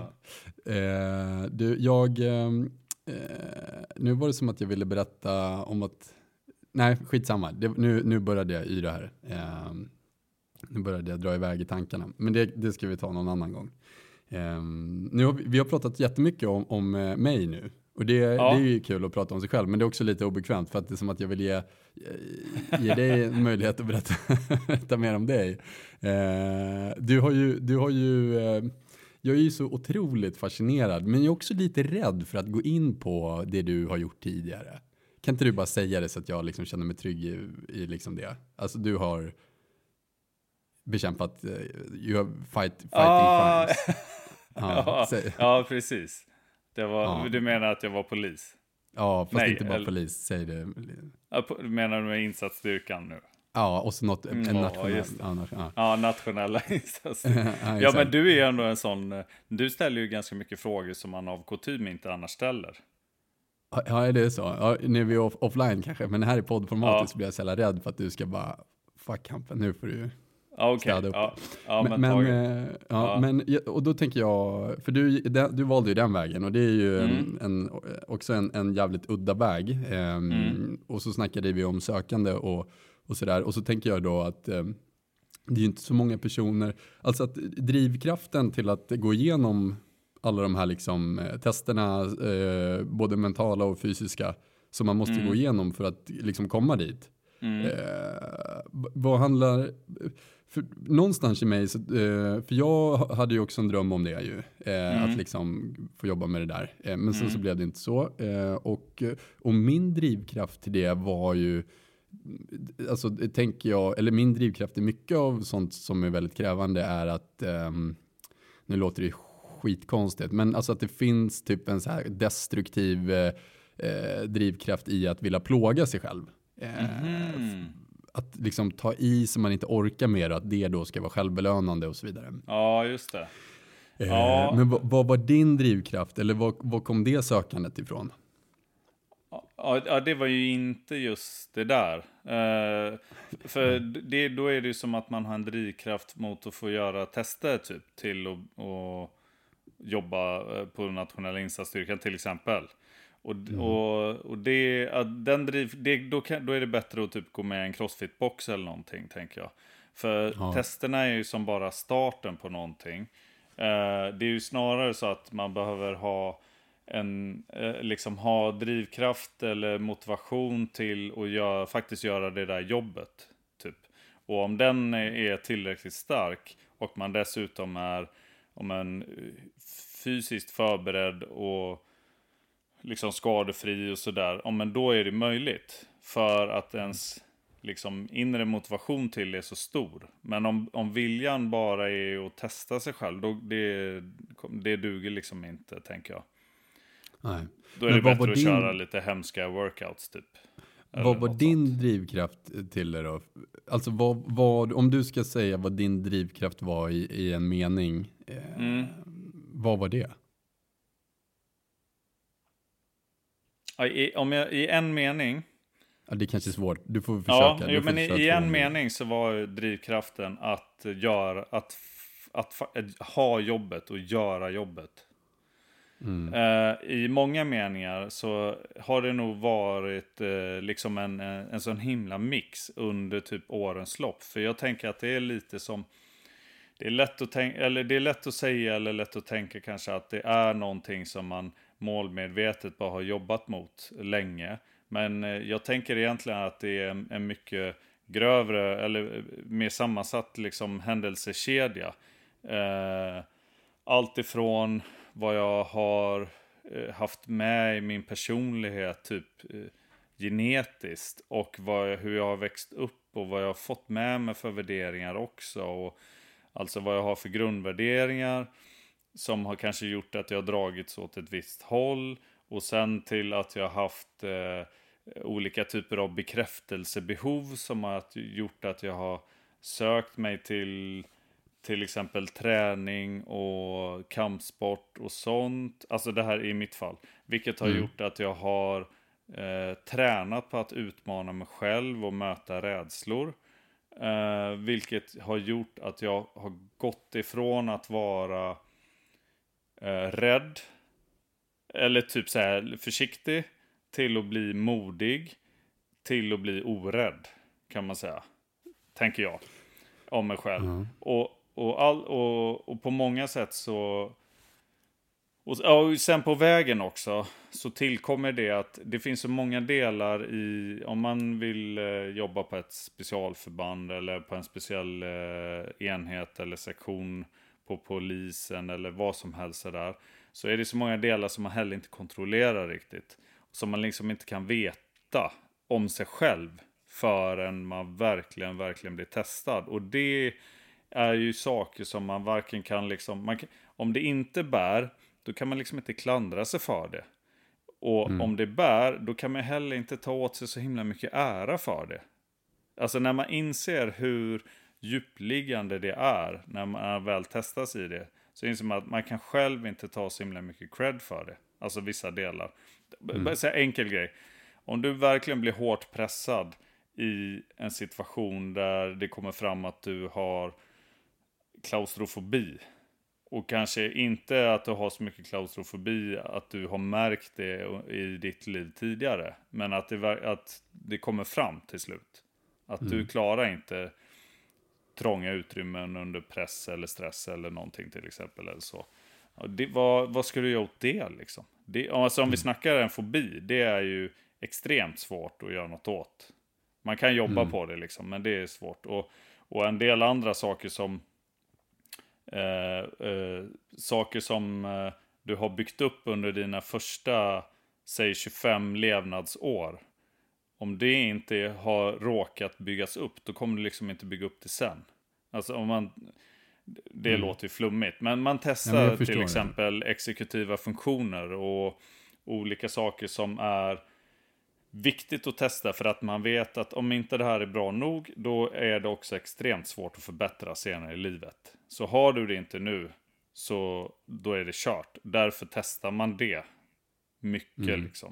Ja. Nu var det som att jag ville berätta om att nej, skitsamma. Nu började jag yra här. Nu började jag dra iväg i tankarna. Men det ska vi ta någon annan gång. Vi har pratat jättemycket om mig nu. Och det är ju kul att prata om sig själv. Men det är också lite obekvämt. För att det är som att jag vill ge dig en möjlighet att berätta mer om dig. Jag är ju så otroligt fascinerad. Men jag är också lite rädd för att gå in på det du har gjort tidigare. Kan inte du bara säga det så att jag liksom känner mig trygg i liksom det? Alltså du har bekämpat, you have fighting crimes. Ja, precis. Du menar att jag var polis? Ja, fast inte bara polis, säg det. Du menar med insatsstyrkan nu? Ja, och så en nationell. Nationella insatsstyrkan. Ja, men du är ändå en sån, du ställer ju ganska mycket frågor som man av kutym inte annars ställer. Ja, det är så. Ja, när vi är offline kanske, men här i poddformatet så blir jag så jävla rädd för att du ska bara, fuck kampen, nu får du städa upp. Och då tänker jag, för du valde ju den vägen och det är ju också en jävligt udda väg. Och så snackade vi om sökande och sådär. Och så tänker jag då att det är ju inte så många personer, alltså att drivkraften till att gå igenom alla de här liksom testerna, både mentala och fysiska, som man måste gå igenom för att liksom komma dit. Vad handlar, för någonstans i mig, för jag hade ju också en dröm om det ju, att liksom få jobba med det där. Men sen så blev det inte så. Och min drivkraft till det var ju, alltså tänker jag, eller min drivkraft är mycket av sånt som är väldigt krävande är att, nu låter det skitkonstigt, men alltså att det finns typ en så här destruktiv drivkraft i att vilja plåga sig själv. Att liksom ta i som man inte orkar mer, att det då ska vara självbelönande och så vidare. Ja, just det. Men vad var din drivkraft, eller vad kom det sökandet ifrån? Ja, det var ju inte just det där. För då är det ju som att man har en drivkraft mot att få göra tester typ till att jobba på nationella insatsstyrkan till exempel. Och det, då är det bättre att typ gå med en crossfit-box eller någonting, tänker jag. För testerna är ju som bara starten på någonting. Det är ju snarare så att man behöver ha ha drivkraft eller motivation till att faktiskt göra det där jobbet typ. Och om den är tillräckligt stark och man dessutom är fysiskt förberedd och liksom skadefri och sådär, men då är det möjligt, för att ens liksom inre motivation till är så stor. Men om viljan bara är att testa sig själv, då det duger liksom inte, tänker jag. Nej. Då är det bättre att köra lite hemska workouts typ. Vad var din drivkraft till det då? Alltså om du ska säga vad din drivkraft var i en mening, vad var det? I en mening. Ja, det är kanske svårt. Du får försöka. Ja, men i en mening så var drivkraften att ha jobbet och göra jobbet. I många meningar så har det nog varit liksom en sån himla mix under typ årens lopp. För jag tänker att det är lite som, det är lätt att tänka, eller det är lätt att säga eller lätt att tänka kanske att det är någonting som man målmedvetet bara har jobbat mot länge. Men jag tänker egentligen att det är en mycket grövre eller mer sammansatt liksom händelsekedja. Allt ifrån vad jag har haft med i min personlighet typ genetiskt, och hur jag har växt upp och vad jag har fått med mig för värderingar också, och alltså vad jag har för grundvärderingar som har kanske gjort att jag har dragits åt ett visst håll, och sen till att jag har haft olika typer av bekräftelsebehov som har gjort att jag har sökt mig till exempel träning och kampsport och sånt. Alltså det här är i mitt fall. Vilket har gjort att jag har tränat på att utmana mig själv och möta rädslor. Vilket har gjort att jag har gått ifrån att vara rädd eller typ så här försiktig till att bli modig, till att bli orädd, kan man säga. Tänker jag om mig själv. Och på många sätt så... Och sen på vägen också så tillkommer det att det finns så många delar i, om man vill jobba på ett specialförband eller på en speciell enhet eller sektion på polisen eller vad som helst där, så är det så många delar som man heller inte kontrollerar riktigt. Som man liksom inte kan veta om sig själv förrän man verkligen blir testad. Och det är ju saker som man varken kan liksom, om det inte bär, då kan man liksom inte klandra sig för det. Och om det bär, då kan man heller inte ta åt sig så himla mycket ära för det. Alltså när man inser hur djupliggande det är, när man väl testas i det, så inser man att man kan själv inte ta så himla mycket cred för det. Alltså vissa delar. Bara säga enkel grej. Om du verkligen blir hårt pressad i en situation där det kommer fram att du har klaustrofobi, och kanske inte att du har så mycket klaustrofobi att du har märkt det i ditt liv tidigare. Men att det kommer fram till slut. Att du klarar inte trånga utrymmen under press eller stress eller någonting till exempel. Eller så. Vad ska du göra åt det liksom? Alltså om vi snackar en fobi, det är ju extremt svårt att göra något åt. Man kan jobba på det liksom, men det är svårt. Och en del andra saker som du har byggt upp under dina första, säg 25 levnadsår. Om det inte har råkat byggas upp, då kommer du liksom inte bygga upp det sen. Alltså om man, det låter ju flummigt, men man testar till exempel exekutiva funktioner och olika saker som är viktigt att testa, för att man vet att om inte det här är bra nog, då är det också extremt svårt att förbättra senare i livet. Så har du det inte nu, så då är det kört. Därför testar man det mycket liksom.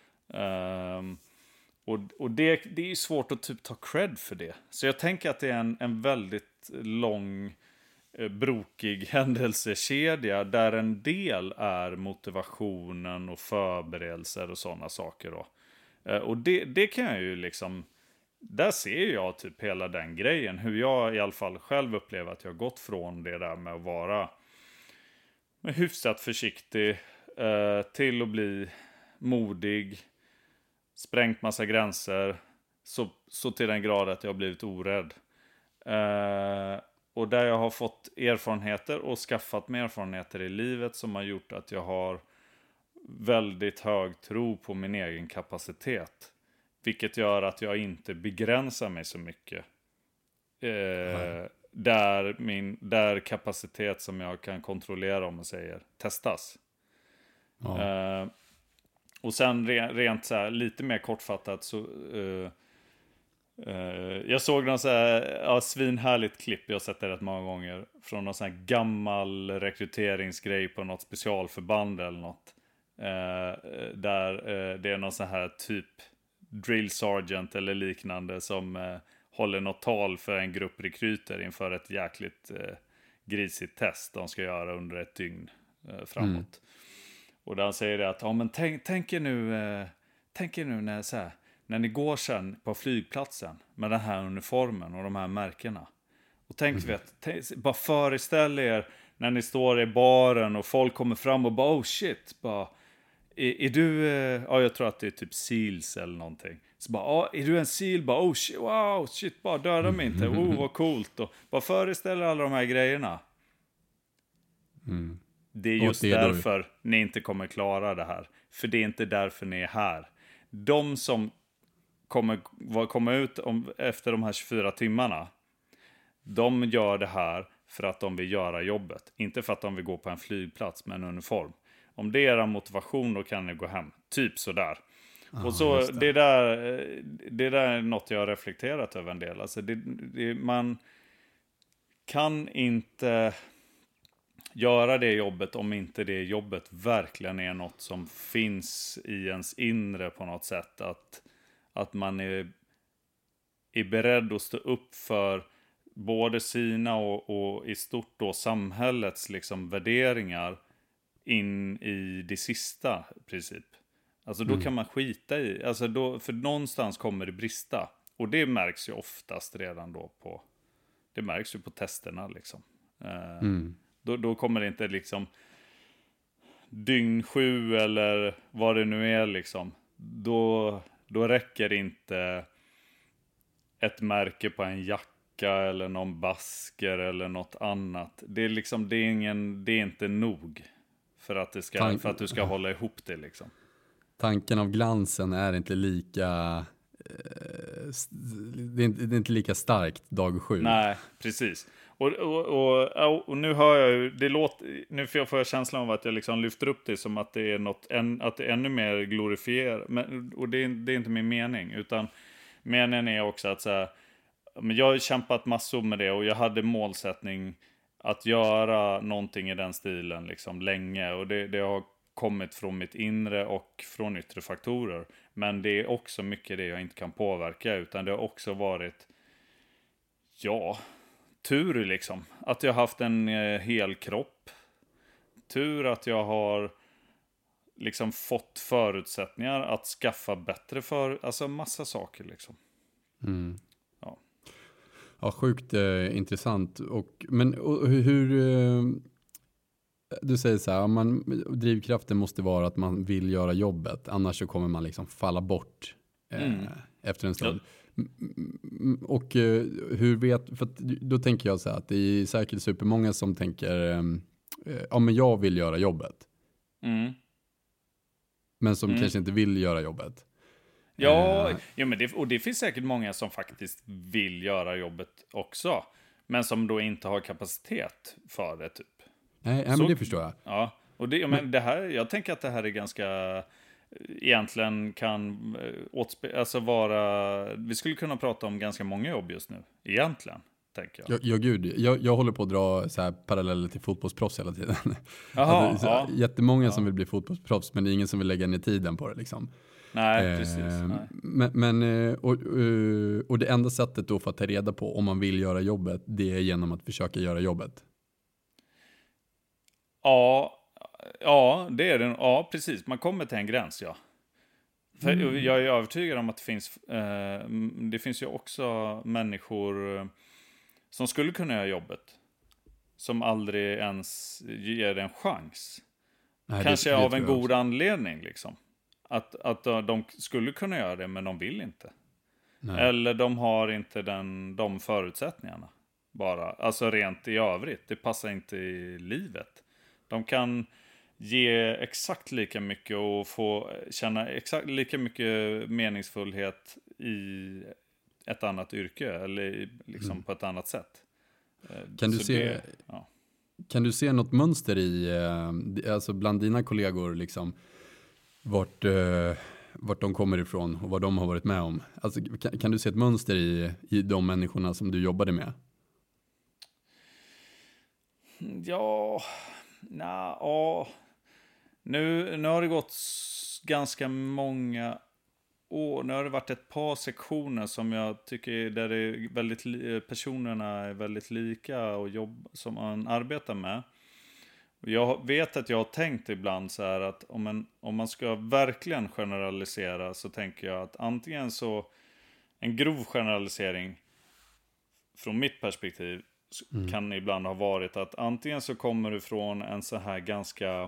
Och det är ju svårt att typ ta cred för det. Så jag tänker att det är en väldigt lång brokig händelsekedja där en del är motivationen och förberedelser och sådana saker då. Och det kan jag ju liksom, där ser jag typ hela den grejen, hur jag i alla fall själv upplever att jag har gått från det där med att vara hyfsat försiktig till att bli modig, sprängt massa gränser, så till den grad att jag har blivit orädd. Och där jag har fått erfarenheter och skaffat mig erfarenheter i livet som har gjort att jag har väldigt hög tro på min egen kapacitet. Vilket gör att jag inte begränsar mig så mycket. Där kapacitet som jag kan kontrollera, om man säger, testas. Och sen rent så här, lite mer kortfattat så... jag såg någon så här svinhärligt klipp, jag har sett det rätt många gånger, från någon sån här gammal rekryteringsgrej på något specialförband eller något. Där det är någon sån här typ drill sergeant eller liknande som håller något tal för en grupp rekryter inför ett jäkligt grisigt test de ska göra under ett dygn framåt. Och där han säger det att men tänk er nu när, så här, när ni går sen på flygplatsen med den här uniformen och de här märkena. Och bara föreställ er när ni står i baren och folk kommer fram och bara oh shit, bara är du, jag tror att det är typ SEALs eller någonting. Så bara, är du en SEAL? Bara, oh shit, wow, shit, bara döda mig inte. Vad coolt. Och bara föreställer alla de här grejerna. Det är just därför ni inte kommer klara det här. För det är inte därför ni är här. De som kommer komma ut efter de här 24 timmarna, de gör det här för att de vill göra jobbet. Inte för att de vill gå på en flygplats med en uniform. Om det är er motivation, då kan ni gå hem. Typ sådär. Och så det där är något jag har reflekterat över en del. Alltså man kan inte göra det jobbet om inte det jobbet verkligen är något som finns i ens inre på något sätt. Att man är beredd att stå upp för både sina och i stort då samhällets liksom värderingar in i det sista princip. Alltså då kan man skita i, alltså då, för någonstans kommer det brista. Och det märks ju oftast redan då det märks ju på testerna liksom. Då kommer det inte liksom dygn 7 eller vad det nu är liksom. Då räcker inte ett märke på en jacka eller någon basker eller något annat. Det är liksom, det är inte nog för att för att du ska hålla ihop det liksom. Tanken av glansen är inte lika det är inte lika starkt dag 7. Nej, precis. Och nu hör jag ju, nu får jag känslan av att jag liksom lyfter upp det som att det är att det är ännu mer glorifierat. Och det är inte min mening, utan meningen är också att så här, men jag har kämpat massor med det och jag hade målsättning att göra någonting i den stilen liksom länge, och det har kommit från mitt inre och från yttre faktorer. Men det är också mycket det jag inte kan påverka, utan det har också varit tur liksom. Att jag har haft en hel kropp. Tur att jag har liksom fått förutsättningar att skaffa bättre alltså massa saker liksom. Ja, sjukt intressant. Men hur du säger så här, drivkraften måste vara att man vill göra jobbet, annars så kommer man liksom falla bort efter en stund. Och hur för att då tänker jag så här, att det är säkert supermånga som tänker men jag vill göra jobbet. Men som kanske inte vill göra jobbet. Men det finns säkert många som faktiskt vill göra jobbet också, men som då inte har kapacitet för det typ. Nej, men det förstår jag. Ja, och det här, jag tänker att det här är ganska, egentligen kan alltså vi skulle kunna prata om ganska många jobb just nu, egentligen, tänker jag. Ja, gud. Jag håller på att dra så här paralleller till fotbollsproffs hela tiden. Jättemånga som vill bli fotbollsproffs, men det är ingen som vill lägga ner tiden på det liksom. Nej, precis. Nej. Men och det enda sättet då för att ta reda på om man vill göra jobbet, det är genom att försöka göra jobbet. Ja, det är den. Ja, precis. Man kommer till en gräns, ja. För jag är övertygad om att det finns ju också människor som skulle kunna göra jobbet, som aldrig ens ger en chans. Nej, kanske av en god anledning liksom. Att de skulle kunna göra det, men de vill inte. Nej. Eller de har inte de förutsättningarna. Bara, alltså rent i övrigt. Det passar inte i livet. De kan ge exakt lika mycket och få känna exakt lika mycket meningsfullhet i ett annat yrke. Eller liksom på ett annat sätt. Kan du se något mönster i, alltså bland dina kollegor liksom, vart de kommer ifrån och vad de har varit med om? Alltså, kan du se ett mönster i de människorna som du jobbade med? Nu har det gått ganska många år. Nu har det varit ett par sektioner som jag tycker där det är personerna är väldigt lika och som man arbetar med. Jag vet att jag har tänkt ibland så här att om man ska verkligen generalisera, så tänker jag att antingen så en grov generalisering från mitt perspektiv kan ibland ha varit att antingen så kommer du från en så här ganska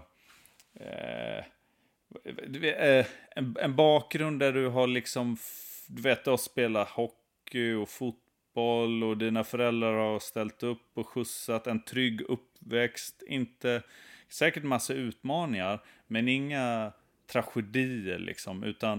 en bakgrund där du har liksom, du vet, att spela hockey och fotboll och dina föräldrar har ställt upp och skjutsat, en trygg uppväxt, inte säkert massa utmaningar, men inga tragedier liksom, utan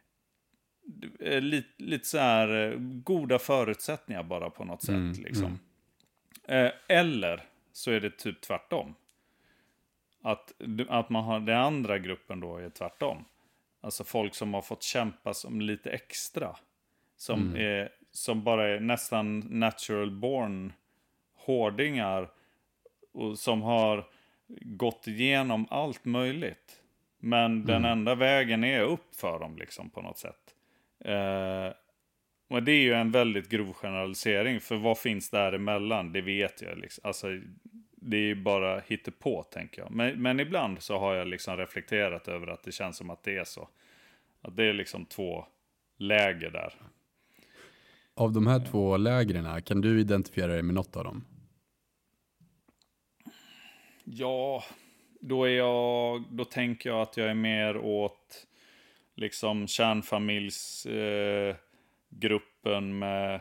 lite så här goda förutsättningar bara på något sätt liksom. Eller så är det typ tvärtom. Att man har den andra gruppen då är tvärtom. Alltså folk som har fått kämpa som lite extra. Som bara är nästan natural born hårdingar. Och som har gått igenom allt möjligt. Men den enda vägen är upp för dem liksom på något sätt. Och det är ju en väldigt grov generalisering. För vad finns däremellan? Det vet jag liksom. Alltså, det är bara hittepå, tänker jag. Men ibland så har jag liksom reflekterat över att det känns som att det är så. Att det är liksom 2 läger där. Av de här 2 lägren, kan du identifiera dig med något av dem? Ja, då tänker jag att jag är mer åt liksom kärnfamiljsgruppen med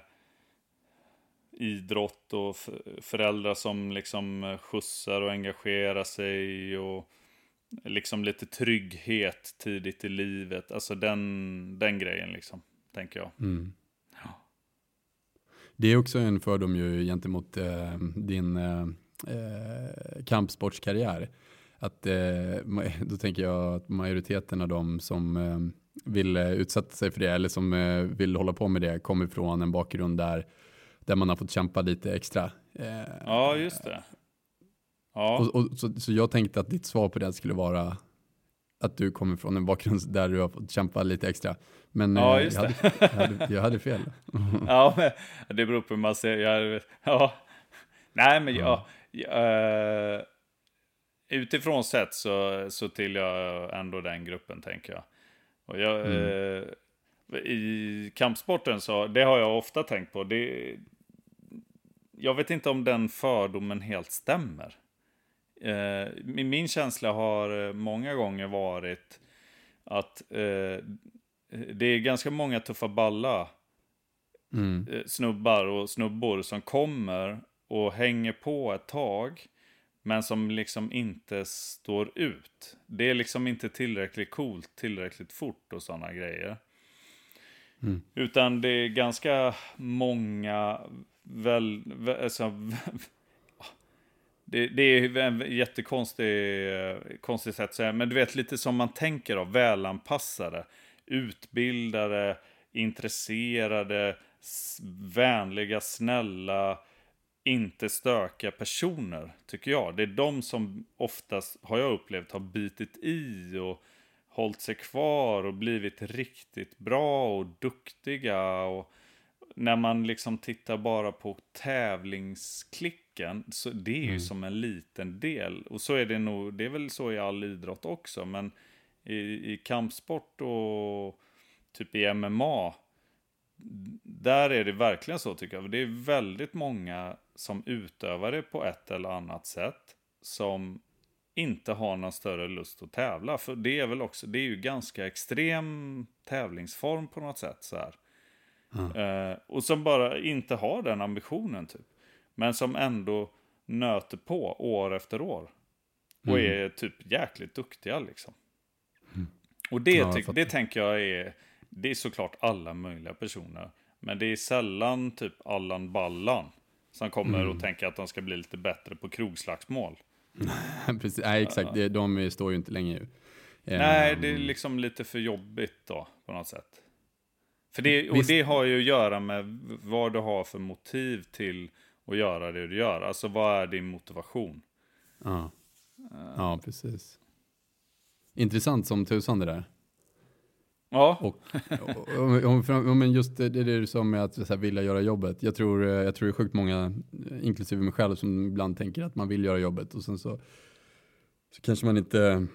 idrott och föräldrar som liksom skjutsar och engagerar sig och liksom lite trygghet tidigt i livet. Alltså den grejen liksom, tänker jag. Mm. Det är också en fördom ju gentemot din kampsportskarriär. Att då tänker jag att majoriteten av dem som vill utsätta sig för det eller som vill hålla på med det kommer från en bakgrund där man har fått kämpa lite extra. Ja, just det. Ja. Så jag tänkte att ditt svar på det skulle vara att du kommer från en bakgrund där du har fått kämpa lite extra. Men ja, just jag hade fel. Ja, men det beror på hur man ser. Nej, men utifrån sett så tillhör jag ändå den gruppen, tänker jag. Och i kampsporten så, det har jag ofta tänkt på. Jag vet inte om den fördomen helt stämmer. Min känsla har många gånger varit att det är ganska många tuffa balla snubbar och snubbor som kommer och hänger på ett tag, men som liksom inte står ut. Det är liksom inte tillräckligt coolt, tillräckligt fort och sådana grejer. Utan det är ganska många det är en jättekonstig sätt att säga, men du vet, lite som man tänker av välanpassade, utbildade, intresserade, vänliga, snälla, inte stökiga personer, tycker jag. Det är de som oftast, har jag upplevt, har bitit i och hållit sig kvar och blivit riktigt bra och duktiga. Och när man liksom tittar bara på tävlingsklicken, så det är ju som en liten del. Och så är det nog, det är väl så i all idrott också, men i kampsport och typ i MMA, där är det verkligen så, tycker jag. Det är väldigt många som utövar det på ett eller annat sätt som inte har någon större lust att tävla. För det är väl också, det är ju ganska extrem tävlingsform på något sätt så här. Och som bara inte har den ambitionen typ. Men som ändå nöter på år efter år. Och är typ jäkligt duktiga liksom. Och det tänker jag det är såklart alla möjliga personer. Men det är sällan typ Allan Ballan som kommer och tänker att de ska bli lite bättre på krogslagsmål. Precis, nej, exakt. De står ju inte länge ju. Nej, det är liksom lite för jobbigt då, på något sätt. För det har ju att göra med vad du har för motiv till att göra det du gör. Alltså, vad är din motivation? Ja, precis. Intressant som tusan det där. Ja. Men just det du sa med att så här, vilja göra jobbet. Jag tror det är sjukt många, inklusive mig själv, som ibland tänker att man vill göra jobbet. Och sen så kanske man inte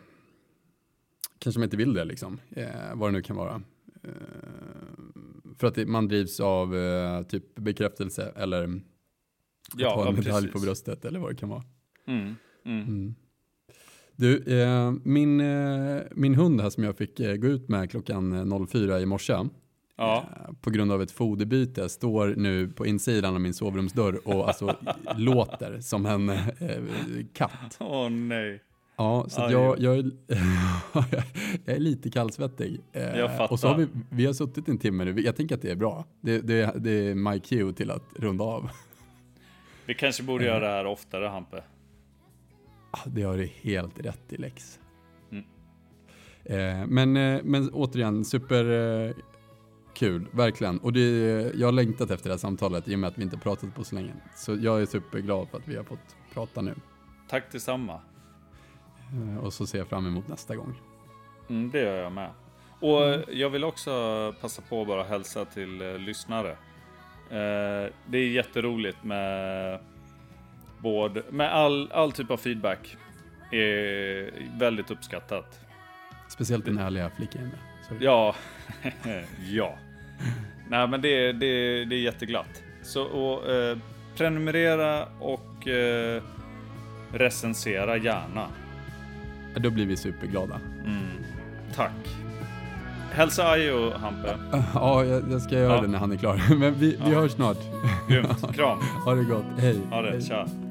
vill det liksom. Vad det nu kan vara. För att man drivs av typ bekräftelse eller att ha en medalj på bröstet eller vad det kan vara. Du, min hund här som jag fick gå ut med klockan 04 i morse på grund av ett foderbyte står nu på insidan av min sovrumsdörr och alltså låter som en katt. Åh nej. Ja, så att jag är lite kallsvettig. Jag fattar. Och så har vi har suttit en timme nu. Jag tänker att det är bra. Det är my cue till att runda av. Vi kanske borde göra det här oftare, Hampe. Det har du helt rätt i, Lex. Men återigen, super kul, verkligen. Och jag har längtat efter det här samtalet i och med att vi inte pratat på så länge. Så jag är superglad för att vi har fått prata nu. Tack detsamma. Och så ser jag fram emot nästa gång. Det gör jag med. Och jag vill också passa på att bara hälsa till lyssnare. Det är jätteroligt med med all typ av feedback är väldigt uppskattat. Speciellt den härliga flicken. Ja, ja. Nej, men det är jätteglatt. Så prenumerera och recensera gärna. Då blir vi superglada. Tack. Hälsa Ayo, Hampe. Ja, jag ska göra det när han är klar. Men vi hörs snart. Grymt. Kram. Ha det gott. Hej. Ha det. Tja.